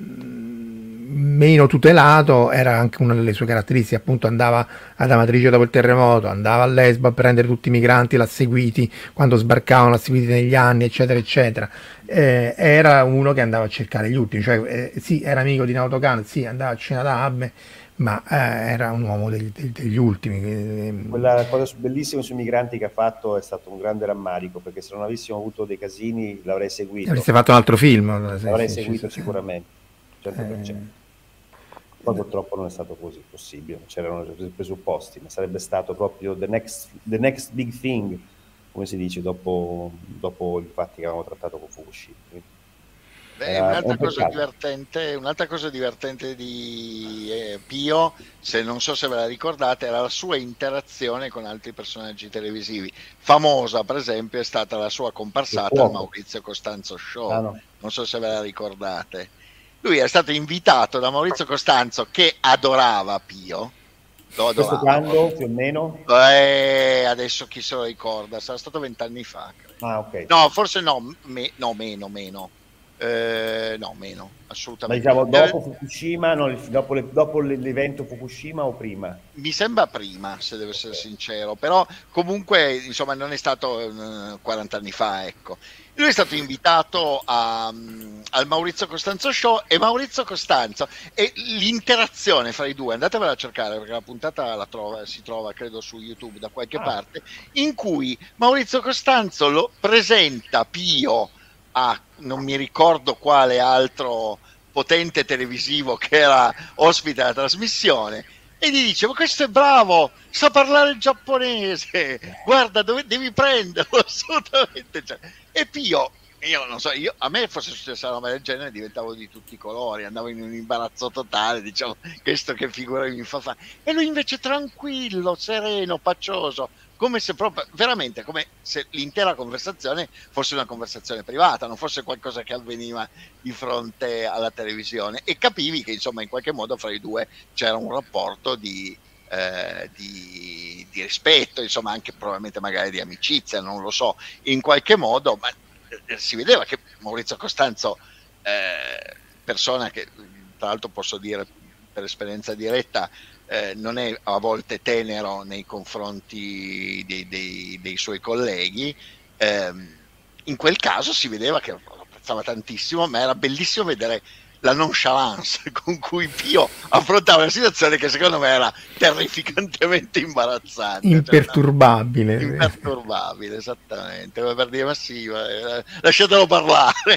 meno tutelato, era anche una delle sue caratteristiche. Appunto, andava ad Amatrice dopo il terremoto, andava a Lesbo a prendere tutti i migranti, l'ha seguiti quando sbarcavano, l'ha seguiti negli anni, eccetera, eccetera. Eh, era uno che andava a cercare gli ultimi, cioè, eh, sì, era amico di Naoto Kan, sì, andava a cena da Abbe, ma eh, era un uomo degli, degli ultimi. Quella cosa bellissima sui migranti che ha fatto è stato un grande rammarico, perché se non avessimo avuto dei casini l'avrei seguito. Avreste fatto un altro film? L'avrei sì, seguito sì, sicuramente, cento per cento. Eh... Poi purtroppo non è stato così possibile, c'erano i presupposti, ma sarebbe stato proprio the next, the next big thing, come si dice, dopo, dopo i fatti che avevamo trattato con Fukushima. Beh, un'altra, un cosa divertente, un'altra cosa divertente di eh, Pio, se non so se ve la ricordate, era la sua interazione con altri personaggi televisivi. Famosa, per esempio, è stata la sua comparsata al Maurizio Costanzo Show. Ah, no. Non so se ve la ricordate. Lui è stato invitato da Maurizio Costanzo, che adorava Pio. Lo adorava. Questo quando, più o meno? Eh, adesso chi se lo ricorda? Sarà stato vent'anni fa. Credo. Ah, ok. No, forse no, me, no meno, meno. Eh, no, meno, assolutamente. Ma diciamo dopo Fukushima, no, dopo, le, dopo l'evento Fukushima o prima? Mi sembra prima, se devo essere sincero, però comunque insomma non è stato uh, quaranta anni fa, ecco. Lui è stato invitato a, um, al Maurizio Costanzo Show, e Maurizio Costanzo e l'interazione fra i due, andatevela a cercare perché la puntata la trova, si trova credo su YouTube da qualche ah. parte, in cui Maurizio Costanzo lo presenta Pio a non mi ricordo quale altro potente televisivo che era ospite alla trasmissione, e gli dice: ma questo è bravo, sa parlare il giapponese, guarda, dove devi prenderlo assolutamente. E Pio, io non so, io, a me fosse successa una roba del genere diventavo di tutti i colori, andavo in un imbarazzo totale, diciamo, questo che figura mi fa fare, e lui invece tranquillo, sereno, pacioso, come se proprio, veramente, come se l'intera conversazione fosse una conversazione privata, non fosse qualcosa che avveniva di fronte alla televisione, e capivi che insomma in qualche modo fra i due c'era un rapporto di, eh, di, di rispetto, insomma anche probabilmente magari di amicizia, non lo so, in qualche modo, ma eh, si vedeva che Maurizio Costanzo, eh, persona che tra l'altro posso dire per esperienza diretta, Eh, non è a volte tenero nei confronti dei, dei, dei suoi colleghi, eh, in quel caso si vedeva che lo apprezzava tantissimo, ma era bellissimo vedere la nonchalance con cui Pio affrontava una situazione che secondo me era terrificantemente imbarazzante, imperturbabile, cioè, imperturbabile, esattamente, per dire ma sì, lasciatelo parlare.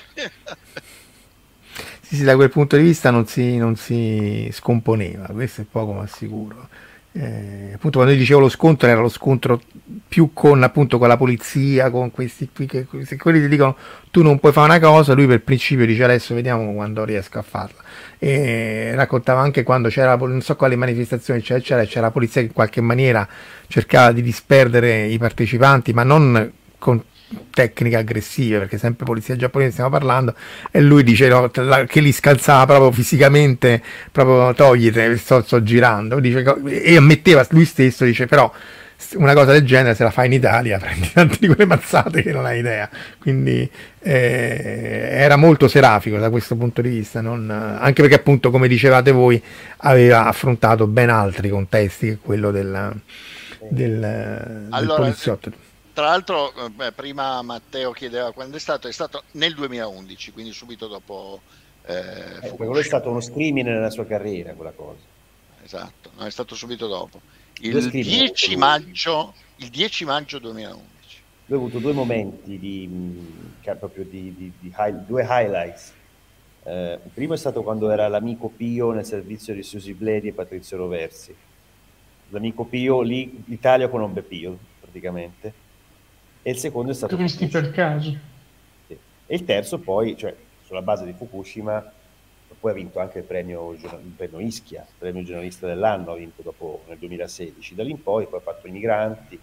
Sì, sì, da quel punto di vista non si, non si scomponeva, questo è poco ma sicuro. Eh, appunto quando io dicevo lo scontro era lo scontro più con appunto con la polizia, con questi qui che se quelli ti dicono tu non puoi fare una cosa, lui per principio dice adesso vediamo quando riesco a farla, e raccontava anche quando c'era non so quali manifestazioni c'era, c'era, c'era la polizia che in qualche maniera cercava di disperdere i partecipanti, ma non con tecniche aggressive, perché sempre polizia giapponese stiamo parlando, e lui dice no, che li scalzava proprio fisicamente, proprio toglite, sto, sto girando, dice, e ammetteva lui stesso, dice però una cosa del genere se la fai in Italia prendi tante di quelle mazzate che non hai idea, quindi eh, era molto serafico da questo punto di vista, non, anche perché appunto come dicevate voi aveva affrontato ben altri contesti che quello del, del, del allora, poliziotto. Tra l'altro, beh, prima Matteo chiedeva quando è stato, è stato nel duemilaundici, quindi subito dopo eh, eh, quello è stato uno screaming nella sua carriera, quella cosa. Esatto, no, è stato subito dopo. Il dieci maggio, il dieci maggio duemilaundici. Lui ha avuto due momenti di, mh, proprio di, di, di high, due highlights. Eh, il primo è stato quando era l'amico Pio nel servizio di Susi Bledi e Patrizio Roversi. L'amico Pio, lì l'Italia conobbe Pio praticamente. E il secondo è stato Turisti per caso. Sì. E il terzo poi, cioè sulla base di Fukushima, poi ha vinto anche il premio, il premio Ischia, il premio giornalista dell'anno ha vinto dopo nel duemilasedici. Da lì in poi, poi ha fatto i migranti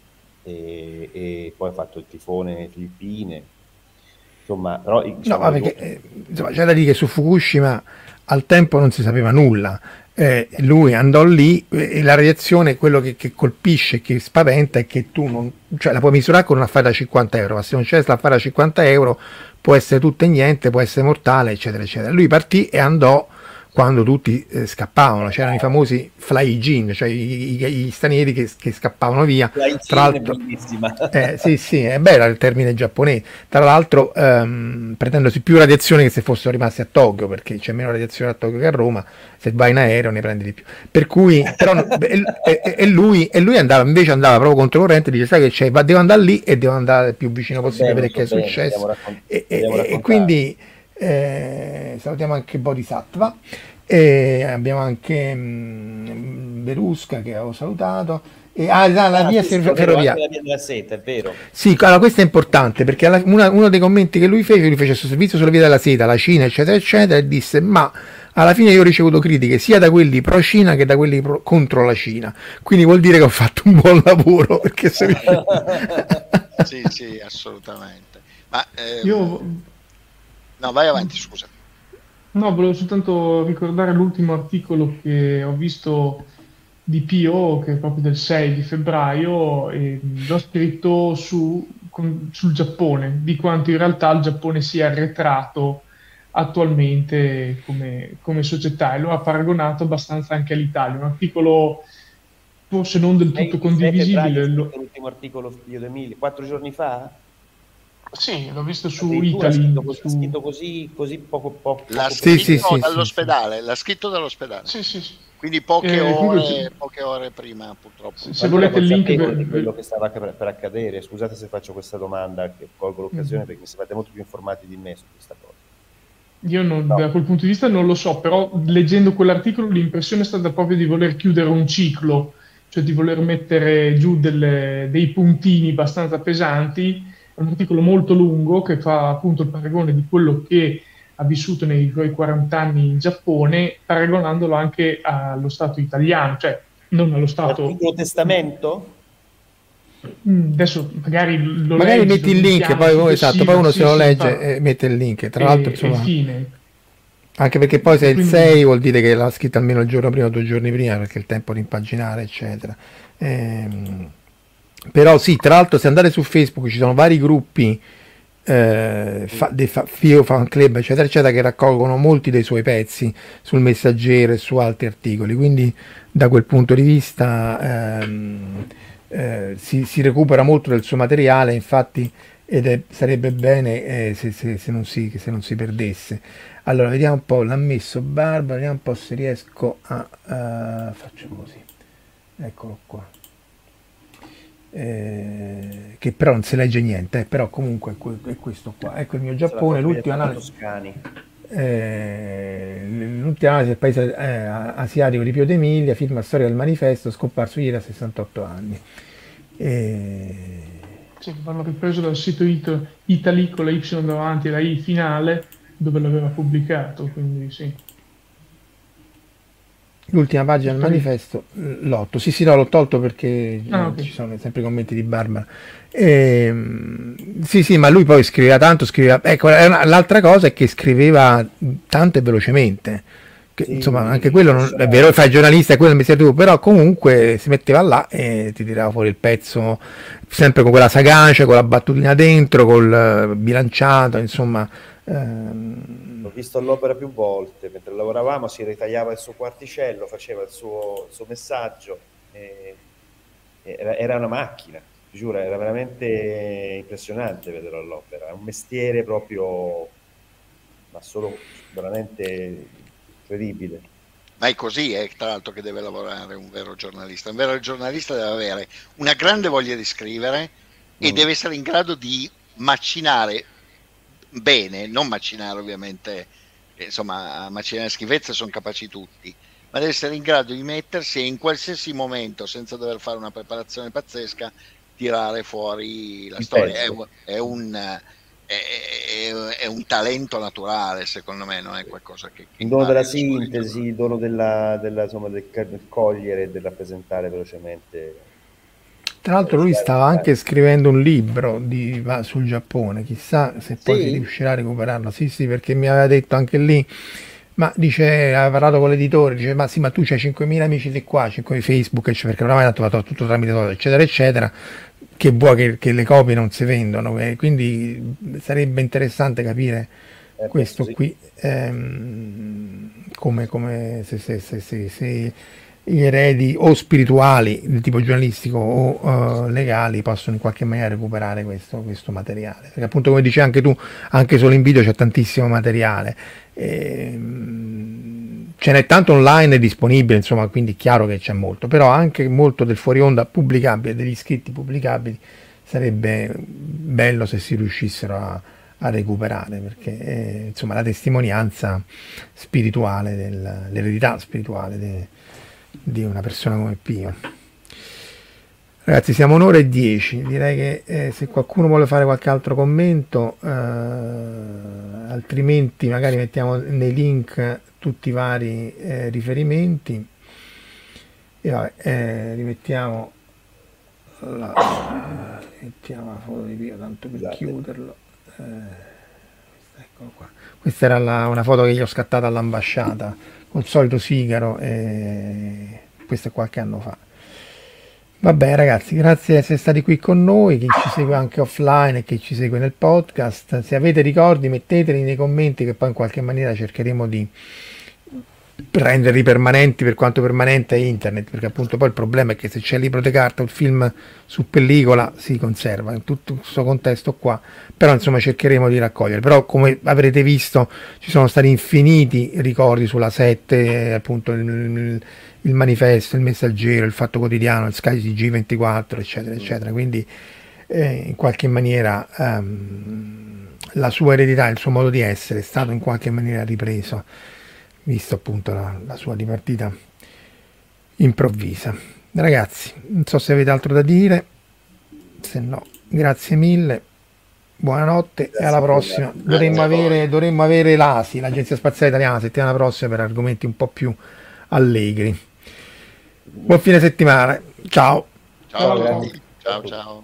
e, e poi ha fatto il tifone Filippine. Insomma, però, diciamo, no, perché, eh, insomma, c'è da dire che su Fukushima al tempo non si sapeva nulla. Eh, lui andò lì e la radiazione, quello che, che colpisce, che spaventa è che tu non, cioè la puoi misurare con un affare da cinquanta euro, ma se non c'è l'affare da cinquanta euro può essere tutto e niente, può essere mortale, eccetera, eccetera. Lui partì e andò quando tutti eh, scappavano, c'erano i famosi fly-in, cioè i, i, gli stranieri che, che scappavano via. Tra l'altro, eh, sì, sì, è bello il termine giapponese. Tra l'altro, ehm, prendendosi più radiazione che se fossero rimasti a Tokyo, perché c'è meno radiazione a Tokyo che a Roma. Se vai in aereo ne prendi di più. Per cui, però, e, e, e, lui, e lui andava invece andava proprio controcorrente, dice: sai che c'è, va, devo andare lì e devo andare il più vicino possibile a vedere che è successo. Raccont- e, e, e quindi. Eh, salutiamo anche Bodhisattva e abbiamo anche mh, Berusca che avevo salutato e ah, la, la ah, via sì, ferroviaria, la via della seta, è vero. Sì, allora questo è importante perché alla, una, uno dei commenti che lui fece, lui fece questo servizio sulla via della seta, la Cina eccetera eccetera, e disse ma alla fine io ho ricevuto critiche sia da quelli pro Cina che da quelli pro, contro la Cina, quindi vuol dire che ho fatto un buon lavoro perché se sì sì assolutamente, ma ehm... io no, vai avanti, scusa. No, volevo soltanto ricordare l'ultimo articolo che ho visto di Pio, che è proprio del sei di febbraio, e l'ho scritto su, con, sul Giappone, di quanto in realtà il Giappone sia arretrato attualmente come, come società, e lo ha paragonato abbastanza anche all'Italia. Un articolo forse non del tutto condivisibile. Lo... L'ultimo articolo Pio D'Emilio, quattro giorni fa? Sì, l'ho visto su Italy. Scritto così, su... scritto così, così poco poco. L'ha poco scritto sì, sì, dall'ospedale, sì, l'ha scritto dall'ospedale. Sì, sì, sì. Quindi poche, eh, ore, sì. poche ore prima, purtroppo. Se, se volete il link per... di quello che stava per, per accadere. Scusate se faccio questa domanda, che colgo l'occasione mm. perché mi sembrate molto più informati di me su questa cosa. Io non, no. da quel punto di vista non lo so, però leggendo quell'articolo l'impressione è stata proprio di voler chiudere un ciclo, cioè di voler mettere giù delle, dei puntini abbastanza pesanti. È un articolo molto lungo che fa appunto il paragone di quello che ha vissuto nei suoi quaranta anni in Giappone, paragonandolo anche allo Stato italiano, cioè non allo Stato... L'Antico Testamento? Adesso magari lo magari leggi, metti il link, poi, esatto, poi uno sì, se lo sì, legge fa... e mette il link. Tra e, l'altro, insomma, fine. Anche perché poi se è il Quindi... sei vuol dire che l'ha scritto almeno il giorno prima o due giorni prima, perché il tempo di impaginare, eccetera. Ehm... Però sì, tra l'altro se andate su Facebook ci sono vari gruppi eh, fa, dei fa, Fio Fan Club eccetera eccetera che raccolgono molti dei suoi pezzi sul Messaggero e su altri articoli, quindi da quel punto di vista ehm, eh, si, si recupera molto del suo materiale. Infatti ed è, sarebbe bene eh, se, se, se, non si, se non si perdesse. Allora vediamo un po', l'ha messo Barbara, vediamo un po' se riesco a uh, faccio così, eccolo qua, eh, che però non si legge niente, eh, però comunque è, que- è questo qua, ecco il mio Giappone, l'ultima analisi. Eh, l'ultima analisi del paese eh, asiatico di Pio d'Emilia, firma storia del manifesto, scomparso ieri a sessantotto anni. E... Sì, vanno ripreso dal sito it- Italy con la Y davanti e la I finale, dove l'aveva pubblicato, quindi sì. L'ultima pagina del manifesto, l'otto, sì sì no, l'ho tolto perché ah, eh, okay. Ci sono sempre i commenti di Barbara. E, sì sì, ma lui poi scriveva tanto, scriveva, ecco, l'altra cosa è che scriveva tanto e velocemente, che, sì, insomma anche quello non, è vero, fai giornalista, è quello il mestiere tuo, però comunque si metteva là e ti tirava fuori il pezzo sempre con quella sagacia, con la battutina dentro, col bilanciato, insomma. Ehm... L'ho visto all'opera più volte, mentre lavoravamo si ritagliava il suo quarticello, faceva il suo, il suo messaggio, e, e era, era una macchina, ti giuro, era veramente impressionante vederlo all'opera, è un mestiere proprio, ma solo veramente incredibile. Ma è così, è tra l'altro che deve lavorare un vero giornalista. Un vero giornalista deve avere una grande voglia di scrivere e mm. deve essere in grado di macinare bene, non macinare ovviamente, insomma, a macinare schifezze sono capaci tutti, ma deve essere in grado di mettersi e in qualsiasi momento, senza dover fare una preparazione pazzesca, tirare fuori la il storia. È, è un... È, è un talento naturale, secondo me, non è qualcosa che, che il dono della sintesi, il dono della, della, insomma, del, del cogliere e del rappresentare velocemente. Tra l'altro lui stava anche scrivendo un libro di, va, sul Giappone, chissà se poi sì? si riuscirà a recuperarlo. Sì, sì, perché mi aveva detto anche lì, ma dice, aveva parlato con l'editore, dice, ma sì, ma tu c'hai cinquemila amici di qua, cinque Facebook, perché oramai ha trovato tutto tramite social, eccetera, eccetera, che vuoi che, che le copie non si vendono, eh, quindi sarebbe interessante capire eh, questo sì. qui, ehm, come, come se, se, se, se, se gli eredi o spirituali di tipo giornalistico o uh, legali possono in qualche maniera recuperare questo, questo materiale, perché appunto come dici anche tu, anche solo in video c'è tantissimo materiale, e, ce n'è tanto online disponibile, insomma, quindi è chiaro che c'è molto, però anche molto del fuori onda pubblicabile, degli scritti pubblicabili, sarebbe bello se si riuscissero a, a recuperare, perché è, insomma, la testimonianza spirituale, del, l'eredità spirituale de, di una persona come Pio. Ragazzi, siamo un'ora e dieci, direi che eh, se qualcuno vuole fare qualche altro commento, eh, altrimenti magari mettiamo nei link tutti i vari eh, riferimenti e vabbè, eh, rimettiamo la, mettiamo la foto di Pio tanto per esatto. chiuderlo, eh, eccolo qua. Questa era la, una foto che gli ho scattata all'ambasciata col solito sigaro, e questo è qualche anno fa. Vabbè ragazzi, grazie di essere stati qui con noi, chi ci segue anche offline e chi ci segue nel podcast. Se avete ricordi metteteli nei commenti, che poi in qualche maniera cercheremo di renderli permanenti, per quanto permanente è internet, perché appunto poi il problema è che se c'è il libro di carta o il film su pellicola si conserva in tutto questo contesto qua, però insomma cercheremo di raccogliere. Però come avrete visto ci sono stati infiniti ricordi sulla sette, appunto il, il, il manifesto, il messaggero, il Fatto Quotidiano, il Sky T G ventiquattro, eccetera eccetera, quindi eh, in qualche maniera um, la sua eredità, il suo modo di essere è stato in qualche maniera ripreso, visto appunto la, la sua dipartita improvvisa. Ragazzi, non so se avete altro da dire, se no grazie mille, buonanotte, grazie, e alla prossima. Dovremmo avere, dovremmo avere l'A S I, l'Agenzia Spaziale Italiana, la settimana prossima, per argomenti un po' più allegri. Buon fine settimana, ciao ciao ciao, ciao, ciao.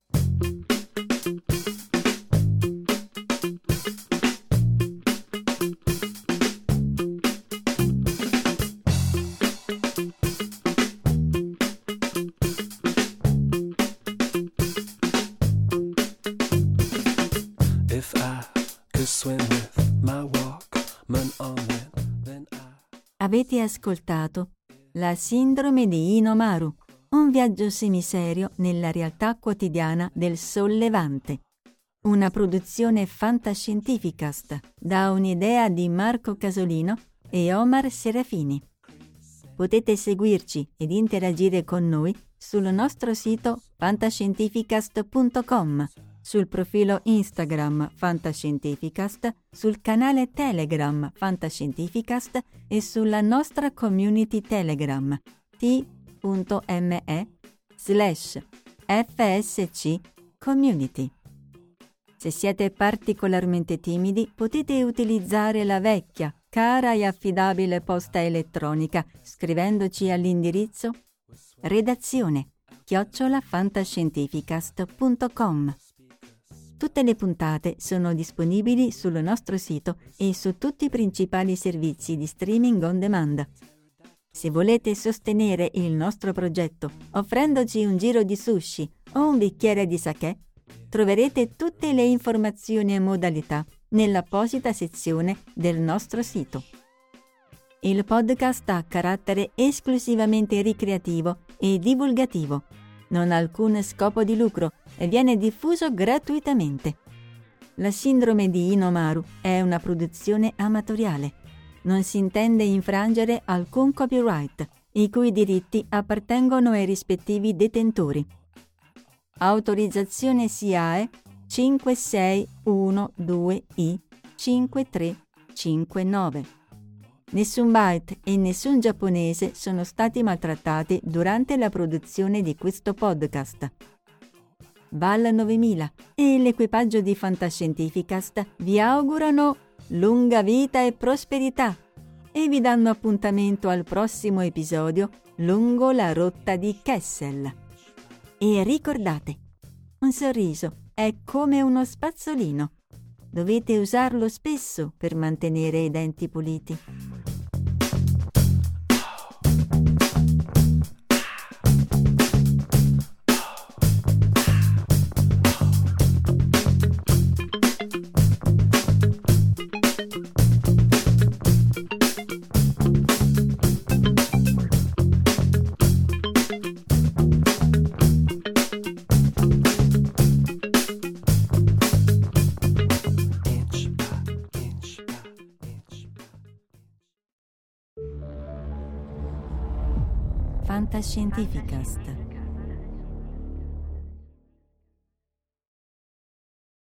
Avete ascoltato La sindrome di Inomaru, un viaggio semiserio nella realtà quotidiana del sollevante. una produzione Fantascientificast da un'idea di Marco Casolino e Omar Serafini. Potete seguirci ed interagire con noi sul nostro sito fantascientificast punto com, sul profilo Instagram Fantascientificast, sul canale Telegram Fantascientificast e sulla nostra community Telegram t.me slash fsc community. Se siete particolarmente timidi, potete utilizzare la vecchia, cara e affidabile posta elettronica scrivendoci all'indirizzo redazione chiocciola fantascientificast punto com. Tutte le puntate sono disponibili sul nostro sito e su tutti i principali servizi di streaming on demand. Se volete sostenere il nostro progetto offrendoci un giro di sushi o un bicchiere di sakè, troverete tutte le informazioni e modalità nell'apposita sezione del nostro sito. Il podcast ha carattere esclusivamente ricreativo e divulgativo, non ha alcun scopo di lucro e viene diffuso gratuitamente. La sindrome di Inomaru è una produzione amatoriale. Non si intende infrangere alcun copyright, i cui diritti appartengono ai rispettivi detentori. Autorizzazione S I A E cinque sei uno due I cinque tre cinque nove. Nessun byte e nessun giapponese sono stati maltrattati durante la produzione di questo podcast. Val novemila e l'equipaggio di Fantascientificast vi augurano lunga vita e prosperità e vi danno appuntamento al prossimo episodio lungo la rotta di Kessel. E ricordate, un sorriso è come uno spazzolino. Dovete usarlo spesso per mantenere i denti puliti. Fantascientificast.